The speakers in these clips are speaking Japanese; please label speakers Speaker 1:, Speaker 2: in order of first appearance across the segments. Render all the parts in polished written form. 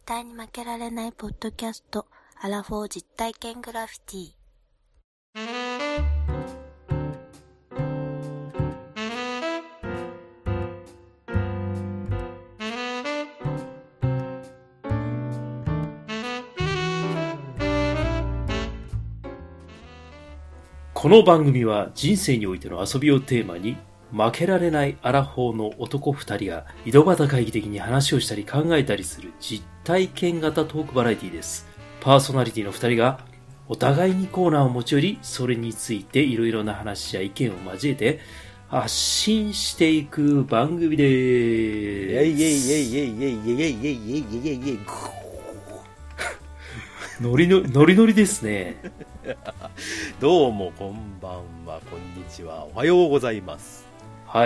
Speaker 1: 対に負けられないポッドキャスト、アラフォー実体験グラフィティ。
Speaker 2: この番組は人生においての遊びをテーマに、負けられないアラフォーの男2人が井戸端会議的に話をしたり考えたりする実体験型トークバラエティです。パーソナリティの2人がお互いにコーナーを持ち寄り、それについていろいろな話や意見を交えて発信していく番組です。ノリノリですね。
Speaker 3: どうもこんばんは、こんにちは、おはようございます。
Speaker 2: はい、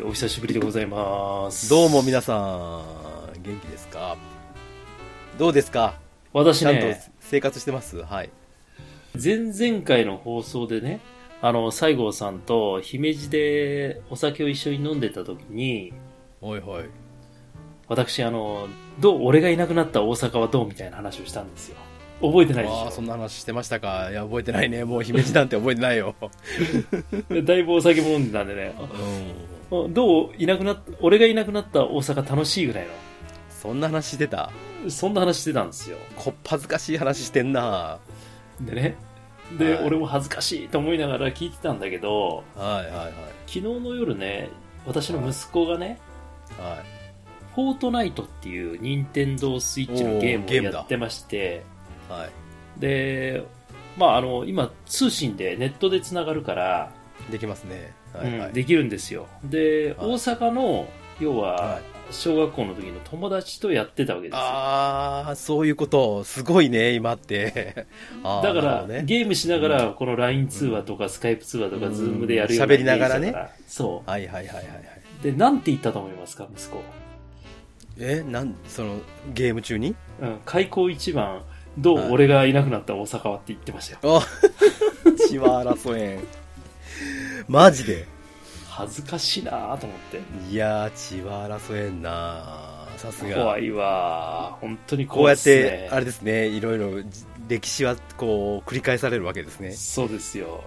Speaker 2: お久しぶりでございます。
Speaker 3: どうも皆さん元気ですか？どうですか？
Speaker 2: 私ね、
Speaker 3: ちゃんと生活してます？はい。
Speaker 2: 前々回の放送でね、西郷さんと姫路でお酒を一緒に飲んでた時に、
Speaker 3: おいおい、
Speaker 2: 私俺がいなくなった大阪はどうみたいな話をしたんですよ。覚えてないでしょ？
Speaker 3: ああ、そんな話してましたか？いや、覚えてないね。もう姫路なんて覚えてないよ。
Speaker 2: だいぶお酒も飲んでたんでね、どう俺がいなくなった大阪楽しいぐらいの、
Speaker 3: そんな話してた？
Speaker 2: そんな話してたんですよ。
Speaker 3: こっぱずかしい話してんな。
Speaker 2: でね、で、
Speaker 3: はい、
Speaker 2: 俺も恥ずかしいと思いながら聞いてたんだけど、
Speaker 3: はいはいはい、
Speaker 2: 昨日の夜ね、私の息子がね、
Speaker 3: はい、
Speaker 2: フォートナイトっていう任天堂スイッチのゲームをやってまして、
Speaker 3: はい、
Speaker 2: で、今通信でネットでつながるから
Speaker 3: できますね、はいはい、
Speaker 2: できるんですよ。で、はい、大阪の要は、
Speaker 3: はい、
Speaker 2: 小学校の時の友達とやってたわけですよ。
Speaker 3: ああ、そういうこと。すごいね、今って
Speaker 2: だから、ね、ゲームしながら、この LINE 通話とか、スカイプ通話とか、ズームでやるような
Speaker 3: 喋りながらね。
Speaker 2: そう。
Speaker 3: はいはいはいはい。
Speaker 2: で、なんて言ったと思いますか、息子？
Speaker 3: そのゲーム中に？
Speaker 2: 開口一番、どう、はい、俺がいなくなった大阪はって言ってましたよ。
Speaker 3: あ、血は争えん。マジで
Speaker 2: 恥ずかしいなと思って。
Speaker 3: いやー、血は争えんな、さすが。
Speaker 2: 怖いわ、本当に怖いですね。
Speaker 3: こうやってあれですね、いろいろ歴史はこう繰り返されるわけですね。
Speaker 2: そうですよ。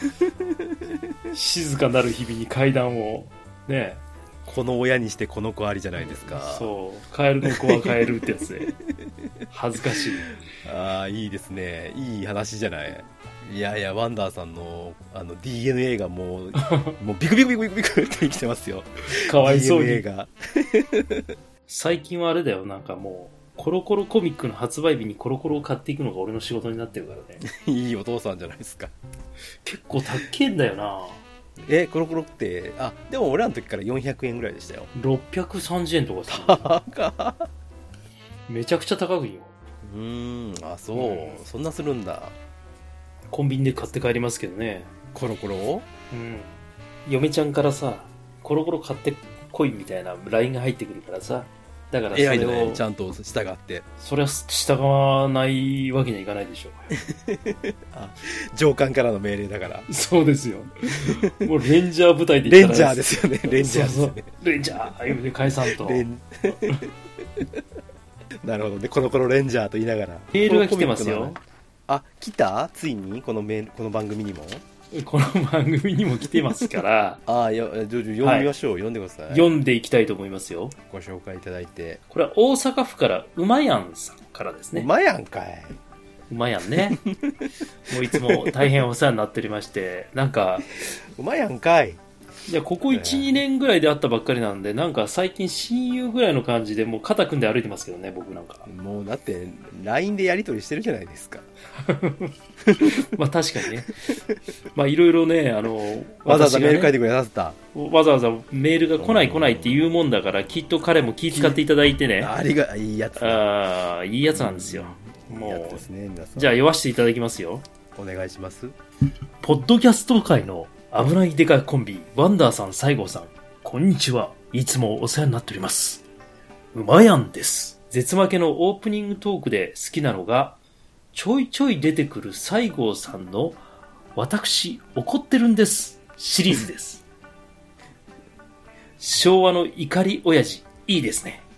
Speaker 2: 静かなる日々に階段をね。
Speaker 3: この親にしてこの子ありじゃないですか。
Speaker 2: そう、カエルの子はカエルってやつで恥ずかしい。
Speaker 3: ああ、いいですね、いい話じゃない。いやいや、ワンダーさんのDNA がもうビクビクビクビクビクって生きてますよ。
Speaker 2: かわいそうに。
Speaker 3: DNA が
Speaker 2: 最近はあれだよ、なんかもうコロコロコミックの発売日にコロコロを買っていくのが俺の仕事になってるからね。
Speaker 3: いいお父さんじゃないですか。
Speaker 2: 結構高えんだよな。
Speaker 3: コロコロって、でも俺らの時から400円ぐらいでしたよ。
Speaker 2: 630円とかさ。めちゃくちゃ高いよ。
Speaker 3: そう、そんなするんだ。
Speaker 2: コンビニで買って帰りますけどね、
Speaker 3: コロコロを。
Speaker 2: 嫁ちゃんからさ、コロコロ買ってこいみたいな LINE が入ってくるからさ、だからそれを、
Speaker 3: ね、ちゃんと従って。
Speaker 2: それは従わないわけにはいかないでしょう。
Speaker 3: 上官からの命令だから。
Speaker 2: そうですよ。もうレンジャー部隊で
Speaker 3: 言ったらレンジャーですよね。レンジャーですよね。
Speaker 2: そうそう、レンジャー言うて解散と。
Speaker 3: なるほどね。コロコロレンジャーと言いながら。
Speaker 2: メールが来てますよ。
Speaker 3: 来た？ついにこの番組にも。
Speaker 2: この番組にも来てますから。
Speaker 3: 読みましょう、読んでください。
Speaker 2: 読んでいきたいと思いますよ。
Speaker 3: ご紹介いただいて。
Speaker 2: これは大阪府からうまやんさんからですね。
Speaker 3: うまやんかい。
Speaker 2: うまやんね。もういつも大変お世話になっておりまして、なんか
Speaker 3: うまやんかい。
Speaker 2: いや、ここ 1,2 年ぐらいで会ったばっかりなんで、なんか最近親友ぐらいの感じでもう肩組んで歩いてますけどね、僕なんか。
Speaker 3: もうだって LINE でやり取りしてるじゃないですか。
Speaker 2: まあ確かにね。まあいろいろね、
Speaker 3: わざわざメール書いてくれなさった。
Speaker 2: わざわざメールが来ないって言うもんだから、きっと彼も気遣っていただいてね。
Speaker 3: いいやつ。
Speaker 2: いいやつなんですよ。もう、
Speaker 3: いいやつですね、皆さん。
Speaker 2: じゃあ読ませていただきますよ。
Speaker 3: お願いします。
Speaker 2: ポッドキャスト界の危ないデカコンビ、ワンダーさん、西郷さん、こんにちは。いつもお世話になっております。うまやんです。絶負けのオープニングトークで好きなのが、ちょいちょい出てくる西郷さんの私怒ってるんですシリーズです。昭和の怒り親父、いいですね。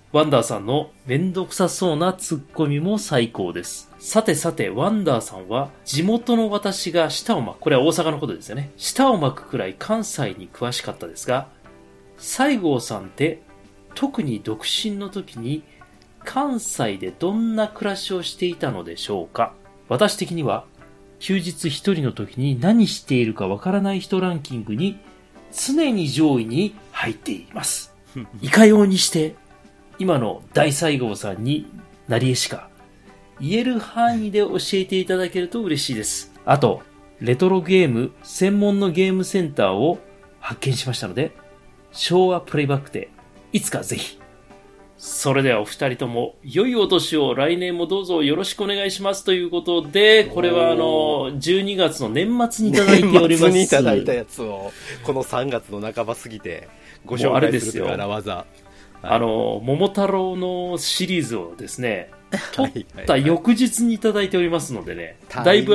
Speaker 2: ワンダーさんのめんどくさそうなツッコミも最高です。さてさて、ワンダーさんは地元の私が舌を巻く、これは大阪のことですよね。舌を巻くくらい関西に詳しかったですが、西郷さんって特に独身の時に関西でどんな暮らしをしていたのでしょうか。私的には休日一人の時に何しているかわからない人ランキングに常に上位に入っています。いかようにして今の大西郷さんになりえしか言える範囲で教えていただけると嬉しいです。あと、レトロゲーム専門のゲームセンターを発見しましたので、昭和プレイバックでいつかぜひ。それではお二人とも良いお年を来年もどうぞよろしくお願いしますということで、これは12月の年末にいただいております。
Speaker 3: 年末にいただいたやつをこの3月の半ば過ぎてご紹介するという荒技。
Speaker 2: 桃太郎のシリーズをですね、撮った翌日にいただいておりますのでね、だいぶ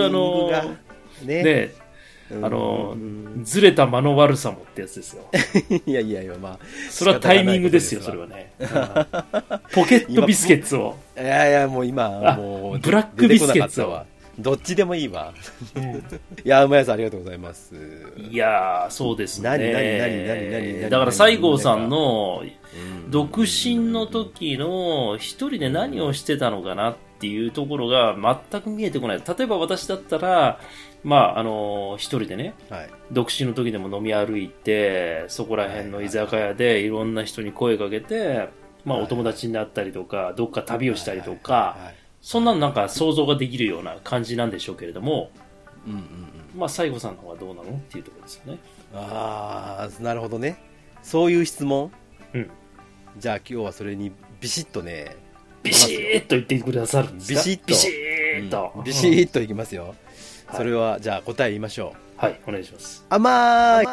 Speaker 2: ずれた間の悪さもってやつですよ。
Speaker 3: いやいやいや、まあ。
Speaker 2: それはタイミングですよ、それはね。ポケットビスケッツを。
Speaker 3: いやいや、もう今、もう。
Speaker 2: ブラックビスケッツを。
Speaker 3: どっちでもいいわ。いや、馬屋さんありがとうございます。
Speaker 2: いやー、そうですね。
Speaker 3: 何
Speaker 2: だから西郷さんの独身の時の一人で何をしてたのかなっていうところが全く見えてこない。例えば私だったら、まあ、一人でね、はい、独身の時でも飲み歩いて、そこら辺の居酒屋でいろんな人に声かけて、まあ、お友達になったりとか、どっか旅をしたりとか、そんなのなんか想像ができるような感じなんでしょうけれども、まあ、西郷さんの方はどうなのっていうところですよね。
Speaker 3: ああ、なるほどね。そういう質問、じゃあ今日はそれにビシッとね、
Speaker 2: ビシッと言ってくださるんですか？ビシッと。
Speaker 3: ビシッといきますよ。それは、じゃあ答え言いましょ
Speaker 2: う。はい、お願いします。
Speaker 3: 甘い。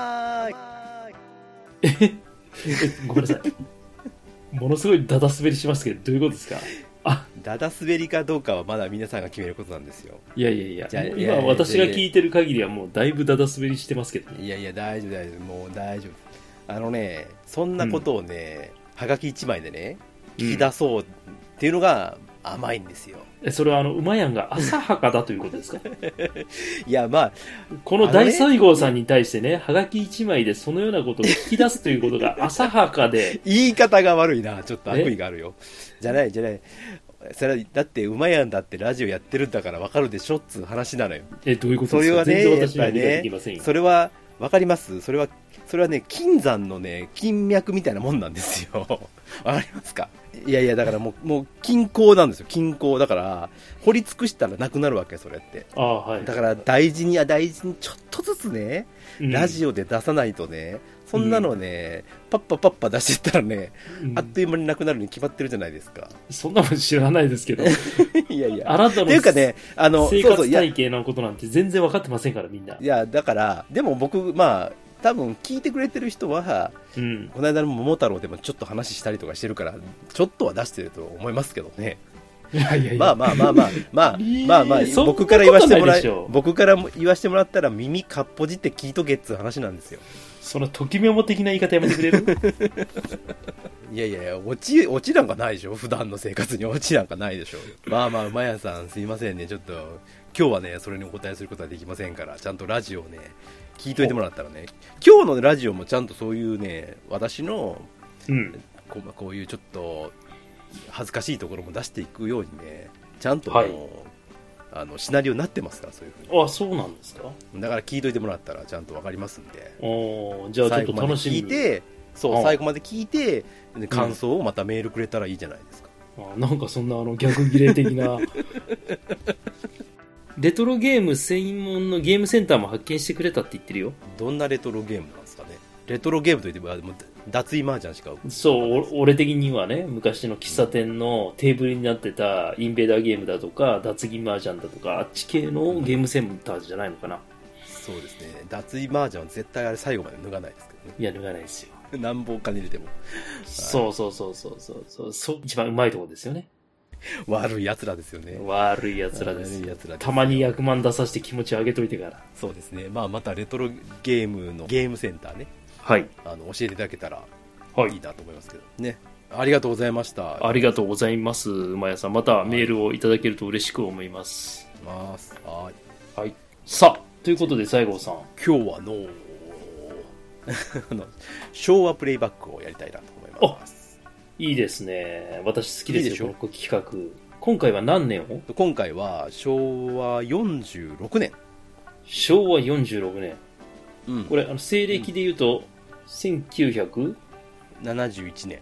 Speaker 2: ごめんなさい。ものすごいダダ滑りしますけど、どういうことですか？
Speaker 3: ダダ滑りかどうかはまだ皆さんが決めることなんですよ。
Speaker 2: いや、今私が聞いてる限りはもうだいぶダダ滑りしてますけどね。
Speaker 3: いや、大丈夫、もう大丈夫。そんなことをね、はがき1枚でね、聞き出そうっていうのが甘いんですよ。
Speaker 2: それは馬やんが浅はかだということですか？
Speaker 3: いや、まあ、
Speaker 2: この大西郷さんに対してね、はがき1枚でそのようなことを聞き出すということが浅はかで。
Speaker 3: 言い方が悪いな、ちょっと悪意があるよ。じゃない。それはだって馬やんだってラジオやってるんだから分かるでしょっつう話なのよ。
Speaker 2: どういうことですか？
Speaker 3: それはね、
Speaker 2: 全然私には理解できませんよ。
Speaker 3: それは分かります。それはね、金山のね、金脈みたいなもんなんですよ。わかりますか？いや、だからもう均衡なんですよ。均衡だから掘り尽くしたらなくなるわけ、それって。だから大事にちょっとずつね、ラジオで出さないとね、そんなのね、パッパ出してったらね、あっという間になくなるに決まってるじゃないですか。
Speaker 2: そんなもん知らないですけど。
Speaker 3: いや
Speaker 2: あなたの
Speaker 3: っていうかね、
Speaker 2: 生活体系のことなんて全然分かってませんから、みんな。
Speaker 3: いや、だからでも僕、まあ多分聞いてくれてる人は、この間の桃太郎でもちょっと話したりとかしてるから、ちょっとは出してると思いますけどね。
Speaker 2: いや
Speaker 3: まあ僕から言わせてもらったら耳かっぽじって聞いとけっつう話なんですよ。
Speaker 2: そのときめも的な言い方やめてくれる？
Speaker 3: いやオチなんかないでしょ。普段の生活にオチなんかないでしょ。まあ馬屋さんすいませんね、ちょっと今日はねそれにお答えすることはできませんから、ちゃんとラジオをね聞いといてもらったらね、今日のラジオもちゃんとそういうね、私の、こういうちょっと恥ずかしいところも出していくようにね、ちゃんとシナリオになってますから、そういうふうに。
Speaker 2: そうなんですか？
Speaker 3: だから聞いといてもらったらちゃんとわかりますんで。
Speaker 2: じゃあちょっと楽しみに。
Speaker 3: 最後まで聞いて、感想をまたメールくれたらいいじゃないですか。
Speaker 2: なんかそんな逆切れ的な。レトロゲーム専門のゲームセンターも発見してくれたって言ってるよ。
Speaker 3: どんなレトロゲームなんですかね。レトロゲームといっても脱衣麻雀しか。
Speaker 2: そう、俺的にはね、昔の喫茶店のテーブルになってたインベーダーゲームだとか脱衣麻雀だとか、あっち系のゲームセンターじゃないのかな。
Speaker 3: そうですね。脱衣麻雀は絶対あれ最後まで脱がないですけどね。
Speaker 2: いや、脱がないですよ。
Speaker 3: 何本かに入れても。
Speaker 2: そう一番うまいところですよね。
Speaker 3: 悪い奴らですよね。
Speaker 2: 悪い奴らです。たまに100万出させて気持ち上げといてから。
Speaker 3: そうですね。またレトロゲームのゲームセンターね。
Speaker 2: はい。
Speaker 3: 教えていただけたらいいなと思いますけどね。 ありがとうございました。
Speaker 2: ありがとうございます。馬屋さん、またメールをいただけると嬉しく思います。
Speaker 3: はい。
Speaker 2: はい。さあ、ということで西郷さん。
Speaker 3: 今日は昭和プレイバックをやりたいなと思います。
Speaker 2: いいですね。私好きですよ、この企画。今回は何年を？
Speaker 3: 今回は昭和46年。
Speaker 2: 昭和46年。
Speaker 3: うん。
Speaker 2: これ、西暦で言うと、1971
Speaker 3: 年。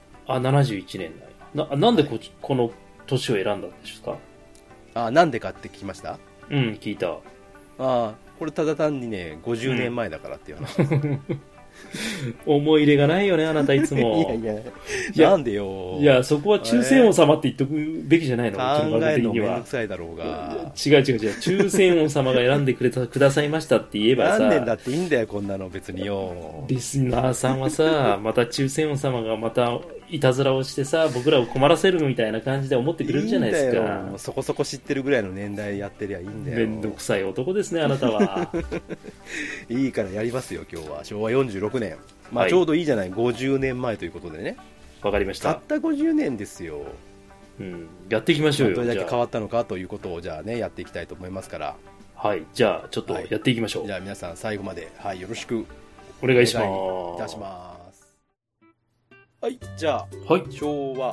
Speaker 2: 71年なんでこの年を選んだんですか？
Speaker 3: なんでかって聞きました？
Speaker 2: うん、聞いた。
Speaker 3: これただ単にね、50年前だからっていう話です。
Speaker 2: 思い入れがないよね、あなたいつも。
Speaker 3: いや、なんでよ。
Speaker 2: いや、そこは抽選王様って言っとくべきじゃないの？
Speaker 3: 考えるのめんどくさいだろうが。
Speaker 2: 違う。抽選王様が選んでくださいましたって言えばさ。
Speaker 3: 何年だっていいんだよ、こんなの別によ。
Speaker 2: リスナーさんはさ、また抽選王様がまたいたずらをしてさ、僕らを困らせるみたいな感じで思ってくれるじゃないですか。いいんだよ。
Speaker 3: そこそこ知ってるぐらいの年代やってりゃいいんだよ。
Speaker 2: めんどくさい男ですね、あなたは。
Speaker 3: いいからやりますよ、今日は。昭和46年。ちょうどいいじゃない、50年前ということでね。
Speaker 2: わかりました。
Speaker 3: たった50年ですよ。
Speaker 2: うん。やっていきましょうよ。
Speaker 3: どれだけ変わったのかということを、じゃあね、やっていきたいと思いますから。
Speaker 2: はい。じゃあ、ちょっとやっていきましょう。
Speaker 3: じゃあ皆さん最後まで、よろしく
Speaker 2: お願いします。
Speaker 3: いたします。はい。じゃあ、昭和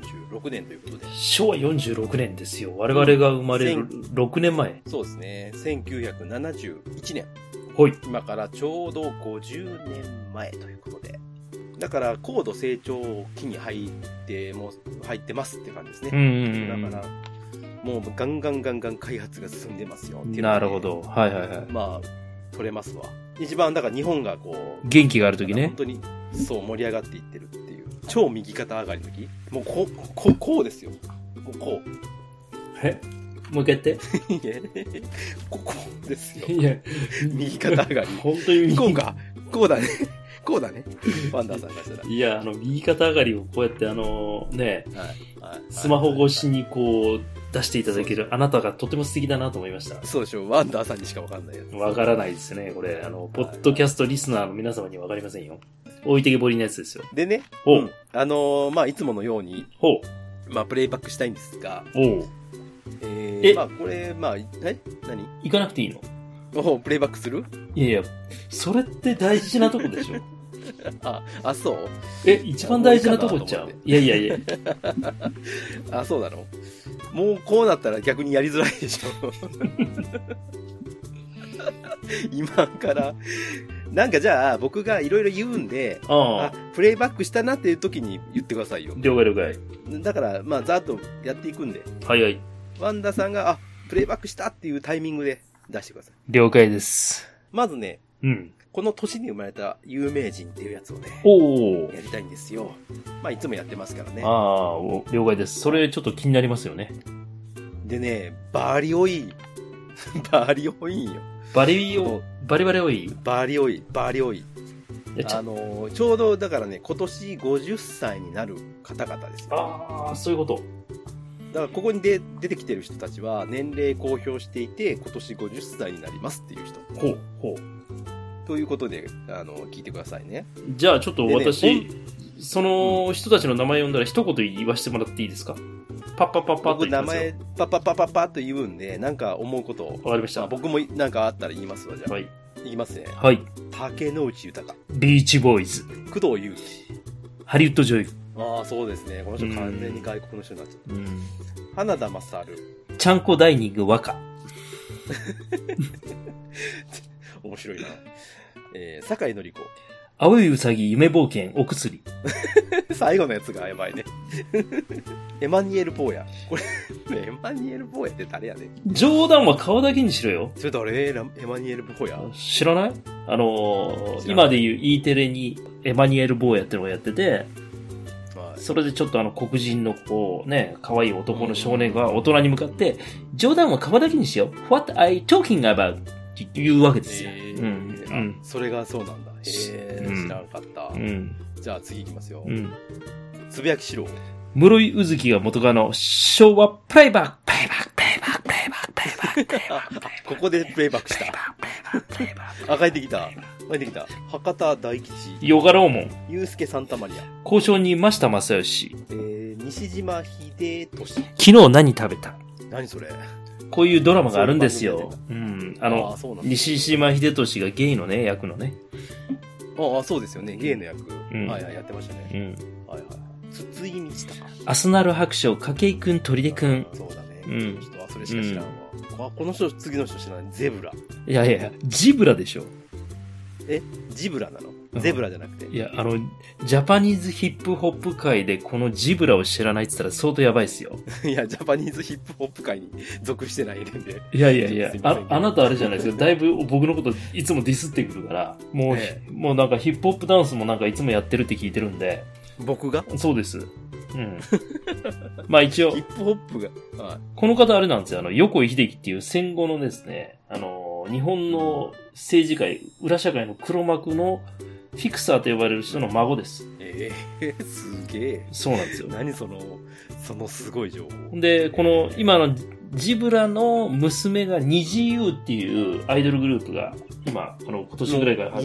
Speaker 3: 46年ということで。
Speaker 2: 昭和46年ですよ。我々が生まれる6年前。
Speaker 3: そうですね。1971年。
Speaker 2: はい。
Speaker 3: 今からちょうど50年前ということで。だから、高度成長期に入ってますって感じですね。だから、もうガンガン開発が進んでますよっていう、ね。
Speaker 2: なるほど。はい。
Speaker 3: 取れますわ。一番、だから日本が
Speaker 2: 元気がある時ね。
Speaker 3: 本当に、そう盛り上がっていってるっていう。超右肩上がりの時。もうこうですよ。こう。
Speaker 2: もう一回やって。
Speaker 3: こうですよ。
Speaker 2: いや、
Speaker 3: 右肩上がり。
Speaker 2: 本当に
Speaker 3: こうか。こうだね。ワンダーさんがしたら。
Speaker 2: いや、右肩上がりをこうやってスマホ越しに出していただけるあなたがとても素敵だなと思いました。
Speaker 3: そうでしょう。ワンダーさんにしかわかんないやつ。
Speaker 2: わからないですね。これ、ポッドキャストリスナーの皆様にはわかりませんよ。置いてけぼりのやつですよ。
Speaker 3: でね。いつものように。プレイバックしたいんですが。これ、何
Speaker 2: 行かなくていいの？
Speaker 3: プレイバックする？
Speaker 2: いや、それって大事なとこでしょ。
Speaker 3: そう？
Speaker 2: 一番大事なとこちゃう？いや。
Speaker 3: そうなの？もうこうなったら逆にやりづらいでしょ。今から。なんかじゃあ、僕がいろいろ言うんで、プレイバックしたなっていう時に言ってくださいよ。
Speaker 2: 了解。
Speaker 3: だから、ざーっとやっていくんで。
Speaker 2: はい。
Speaker 3: ワンダさんが、プレイバックしたっていうタイミングで出してください。
Speaker 2: 了解です。
Speaker 3: まずね、この年に生まれた有名人っていうやつをね、やりたいんですよ。いつもやってますからね。
Speaker 2: 了解です。それちょっと気になりますよね。
Speaker 3: でね、バリ多いんよ。
Speaker 2: バリ多い？
Speaker 3: バリ多い。ちょうどだからね、今年50歳になる方々ですよ。
Speaker 2: そういうこと。
Speaker 3: だからここに出てきてる人たちは年齢公表していて、今年50歳になりますっていう人。ということで、聞いてくださいね。
Speaker 2: じゃあちょっと私、その人たちの名前読んだら一言言わせてもらっていいですか？パッと言いますよ。
Speaker 3: 僕名前パッと言うんで、なんか思うことを。
Speaker 2: わかりました。
Speaker 3: 僕もなんかあったら言いますわ、じゃあ。
Speaker 2: はい。
Speaker 3: 言いますね。
Speaker 2: はい。
Speaker 3: 竹野内豊。
Speaker 2: ビーチボーイズ。
Speaker 3: 工藤祐樹。
Speaker 2: ハリウッド女優。
Speaker 3: そうですね。この人完全に外国の人になっちゃった。花田勝。
Speaker 2: ちゃんこダイニング和歌。
Speaker 3: 面白いな。酒井紀子。
Speaker 2: 青いうさぎ夢冒険お薬。
Speaker 3: 最後のやつがやばいね。エマニュエル・ポーヤ。これ、エマニュエル・ポーヤって誰やねん。
Speaker 2: 冗談は顔だけにしろよ。
Speaker 3: それ誰？エマニュエル・ポーヤ
Speaker 2: 知らない？今で言う E テレにエマニュエル・ボーヤってのをやってて、それでちょっと黒人の可愛い男の少年が大人に向かって、冗談は顔だけにしよう。What are you talking about? って言うわけですよ。
Speaker 3: それがそうなんだ。知らんかった。じゃあ次行きますよ。つぶやきしろ。
Speaker 2: 室井うずきが元カノ、昭和プレイバック。
Speaker 3: ここでプレイバックした。帰ってきた。博多大吉。
Speaker 2: ヨガローモン。
Speaker 3: ユースケサンタマリア。
Speaker 2: 交渉に増田正義。
Speaker 3: 西島秀俊。
Speaker 2: 昨日何食べた？
Speaker 3: 何それ？
Speaker 2: こういうドラマがあるんですよ。
Speaker 3: そういう
Speaker 2: うん。
Speaker 3: そうなんだ
Speaker 2: 西島秀俊がゲイのね、役のね。
Speaker 3: ああ、そうですよね。ゲイの役。
Speaker 2: うん
Speaker 3: はいはい、やってましたね。
Speaker 2: うん。
Speaker 3: はいはい。筒井道隆。
Speaker 2: アスナル白書、筧くん、砦くん。
Speaker 3: そうだね。
Speaker 2: うん
Speaker 3: この人はそれしか知らんわ。この人、次の人知らない。ゼブラ。
Speaker 2: いやいや、ジブラでしょ。
Speaker 3: ジブラなの？
Speaker 2: うん
Speaker 3: ゼブラじゃなくて。
Speaker 2: いや、ジャパニーズヒップホップ界でこのジブラを知らないって言ったら相当やばいっすよ。
Speaker 3: いや、ジャパニーズヒップホップ界に属してないんで。
Speaker 2: いやいやいや
Speaker 3: すいませんけど
Speaker 2: あなたあれじゃないですか。だいぶ僕のこといつもディスってくるから、もう、
Speaker 3: え
Speaker 2: もうなんかヒップホップダンスもなんかいつもやってるって聞いてるんで。
Speaker 3: 僕が
Speaker 2: そうです。うん。まあ一応
Speaker 3: ヒッ、プホップが。はい。
Speaker 2: この方あれなんですよ。横井秀樹っていう戦後のですね、日本の政治界、裏社会の黒幕のフィクサーと呼ばれる人の孫です。
Speaker 3: すげえ。
Speaker 2: そうなんですよ。
Speaker 3: 何そのすごい情報。
Speaker 2: で、この今のジブラの娘が20っていうアイドルグループが今年ぐらいから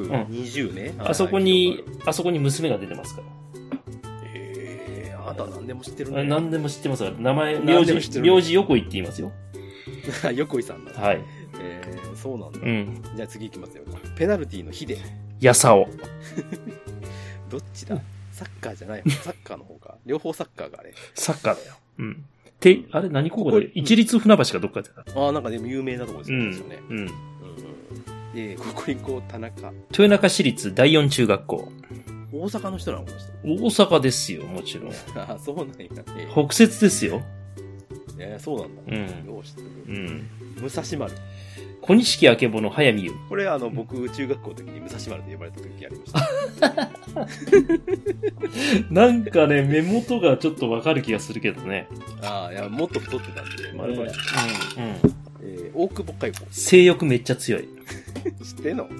Speaker 3: 20ね。
Speaker 2: あそこに娘が出てますから。
Speaker 3: あなた何でも知ってるね。
Speaker 2: 何でも知ってますから。名前、
Speaker 3: 何でも知ってるね
Speaker 2: 名字横井って言いますよ。
Speaker 3: 横井さんだ。
Speaker 2: はい。
Speaker 3: そうなんだ。
Speaker 2: うん。
Speaker 3: じゃあ次行きますよ。ペナルティのヒデ。
Speaker 2: やさお。
Speaker 3: どっちだ？サッカーじゃない方。サッカーの方か。両方サッカーがあれ。
Speaker 2: サッカーだよ。うん。あれ何ここで一律船橋かどっかでだった。
Speaker 3: なんかでも有名なとこですよね。
Speaker 2: うん。
Speaker 3: で、ここに田中。
Speaker 2: 豊中市立第四中学校。
Speaker 3: 大阪の人なのこの人。
Speaker 2: 大阪ですよ、もちろん。
Speaker 3: あ、そうなんや。
Speaker 2: 北摂ですよ。
Speaker 3: そうなんだ。
Speaker 2: うん。
Speaker 3: よう知ってる。
Speaker 2: うん。
Speaker 3: 武蔵丸。
Speaker 2: 小錦あけぼの早見優。
Speaker 3: これ僕、中学校の時に武蔵丸で呼ばれた時ありました。
Speaker 2: なんかね、目元がちょっとわかる気がするけどね。
Speaker 3: いや、もっと太ってたんで、丸々。大久保佳代子。
Speaker 2: 性欲めっちゃ強い。
Speaker 3: 知ってんの？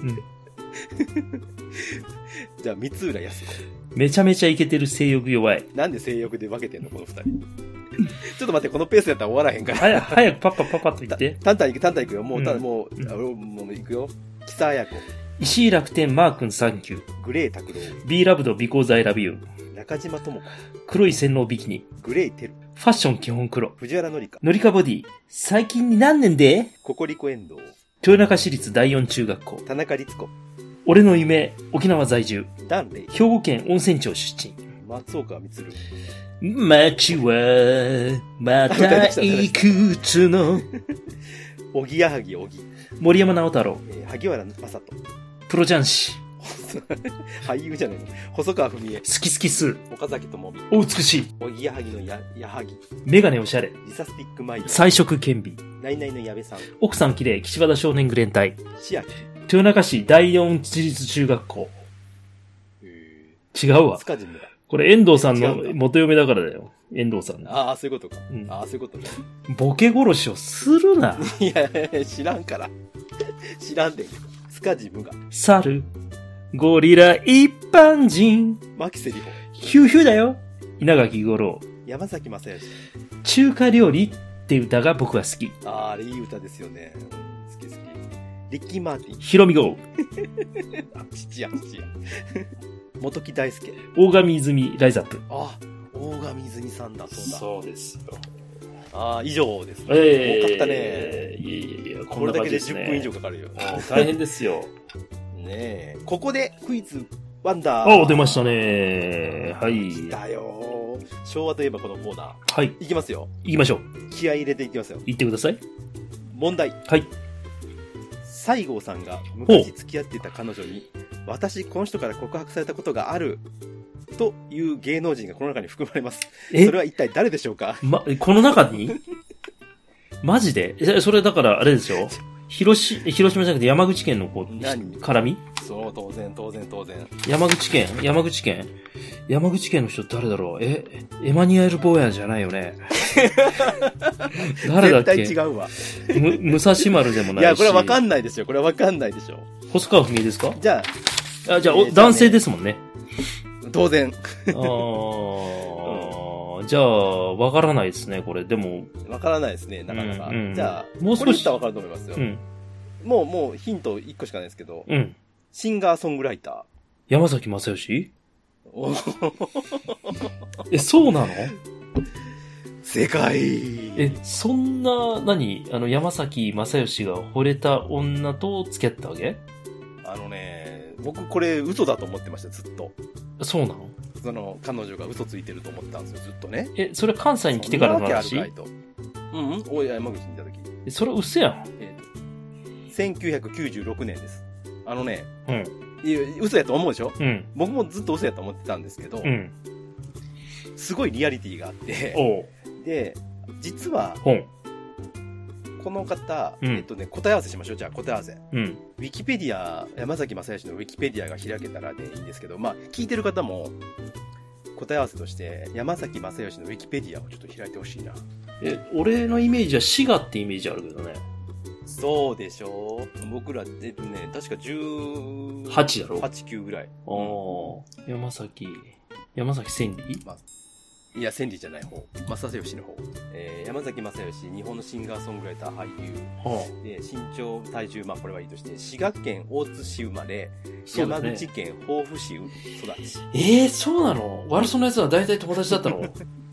Speaker 3: じゃあ、三浦靖子。
Speaker 2: めちゃめちゃイケてる性欲弱い。
Speaker 3: なんで性欲で分けてんのこの二人。ちょっと待って、このペースやったら終わらへんから。
Speaker 2: 早くパッパと言って。
Speaker 3: タンタン行くよ。もう行くよ。北綾子。
Speaker 2: 石井楽天マー君サンキュー。
Speaker 3: グレー拓郎。
Speaker 2: B ラブドビコーズアイラビュー。
Speaker 3: 中島智子。
Speaker 2: 黒い洗脳ビキニ。
Speaker 3: グレイテル。
Speaker 2: ファッション基本黒。
Speaker 3: 藤原紀香。
Speaker 2: のりかボディ。最近に何年で？
Speaker 3: ココリコ遠藤。
Speaker 2: 豊中市立第四中学校。
Speaker 3: 田中律子。
Speaker 2: 俺の夢、沖縄在住。
Speaker 3: ダンレイ。
Speaker 2: 兵庫県温泉町出身。
Speaker 3: 松岡充。
Speaker 2: 街は、またいくつの。
Speaker 3: おぎやはぎおぎ。
Speaker 2: 森山直太朗。
Speaker 3: 萩原正人。
Speaker 2: プロ雀士。
Speaker 3: 俳優じゃないの。細川文江。
Speaker 2: 好き好きスー。
Speaker 3: 岡崎智美。
Speaker 2: お美しい。
Speaker 3: おぎやはぎのやはぎ。
Speaker 2: メガネおしゃれ。
Speaker 3: リサスティックマイヤー。
Speaker 2: 彩色兼備。
Speaker 3: ナイナイの矢部さん。
Speaker 2: 奥さん綺麗。岸和田少年グレン隊。
Speaker 3: 千秋。
Speaker 2: 豊中市第四私立中学校。違うわ。
Speaker 3: 塚地村。
Speaker 2: これ遠藤さんの元嫁だからだよ。遠藤さん。
Speaker 3: そういうことか。そういうことね。
Speaker 2: ボケ殺しをするな。
Speaker 3: いや、知らんから。知らんで。塚地無我。
Speaker 2: 猿。ゴリラ一般人。
Speaker 3: 牧瀬里穂。
Speaker 2: ヒューヒューだよ。稲垣吾郎。
Speaker 3: 山崎正義。
Speaker 2: 中華料理って歌が僕は好き。
Speaker 3: あれいい歌ですよね。好き。リッキー・マーティン。
Speaker 2: ヒロミ号。
Speaker 3: 父や。元木大輔。
Speaker 2: 大神泉ライズアップ。
Speaker 3: 大神泉さんだ、そうだ。
Speaker 2: そうですよ。
Speaker 3: 以上ですね。多かったね。
Speaker 2: いや、
Speaker 3: これだけで10分以上かかるよ。
Speaker 2: 大変ですよ。
Speaker 3: ねえ。ここでクイズワンダー。
Speaker 2: 出ましたね。はい。
Speaker 3: 来たよ。昭和といえばこのコーナー。
Speaker 2: はい。
Speaker 3: いきますよ。
Speaker 2: 行きましょう。
Speaker 3: 気合い入れていきますよ。
Speaker 2: 行ってください。
Speaker 3: 問題。
Speaker 2: はい。
Speaker 3: 西郷さんが昔付き合っていた彼女に、私、この人から告白されたことがある、という芸能人がこの中に含まれます。それは一体誰でしょうか？
Speaker 2: この中にマジでそれだからあれですよ。広島じゃなくて山口県の絡み？
Speaker 3: そう、当然。
Speaker 2: 山口県の人誰だろう？エマニュエル・ボーヤンじゃないよね。誰だっけ？
Speaker 3: 絶対違うわ。
Speaker 2: 武蔵丸でもないし。
Speaker 3: いや、これはわかんないですよ。
Speaker 2: 細川文江ですか？
Speaker 3: じゃあ、
Speaker 2: 男性ですもんね。
Speaker 3: 当然。
Speaker 2: じゃあ、わからないですね、これ。でも。
Speaker 3: わからないですね、なかなか。じゃあ、
Speaker 2: もう少し。
Speaker 3: これ言ったらわかると思いますよ。もうヒント1個しかないですけど。シンガーソングライター。
Speaker 2: 山崎正義？ そうなの？
Speaker 3: 正解。
Speaker 2: そんな、山崎正義が惚れた女と付き合ったわけ？
Speaker 3: 僕これ嘘だと思ってました、ずっと。
Speaker 2: そうなの？
Speaker 3: 彼女が嘘ついてると思ったんですよ、ずっとね。
Speaker 2: それ関西に来てからの話？
Speaker 3: 山口にいた時。
Speaker 2: それは嘘やん。
Speaker 3: 1996年です。
Speaker 2: うん。
Speaker 3: 嘘やと思うでしょ？
Speaker 2: うん。
Speaker 3: 僕もずっと嘘やと思ってたんですけど、
Speaker 2: うん。
Speaker 3: すごいリアリティがあって、で、実は、この方、答え合わせしましょう。じゃあ答え合わせ。
Speaker 2: うん。
Speaker 3: ウィキペディア、山崎正義のウィキペディアが開けたらでいいんですけど、まあ、聞いてる方も、答え合わせとして、山崎正義のウィキペディアをちょっと開いてほしいな。
Speaker 2: 俺のイメージは滋賀ってイメージあるけどね。
Speaker 3: そうでしょう。僕ら、確か18
Speaker 2: だろ
Speaker 3: ?8、9ぐらい。
Speaker 2: 山崎千里、
Speaker 3: いや、千里じゃない方。正義の方。山崎正義、日本のシンガーソングライター、俳優。で、身長、体重、これはいいとして、滋賀県大津市生まれ、山口県防府市育ち。
Speaker 2: そうなの？悪そうな奴は大体友達だったの？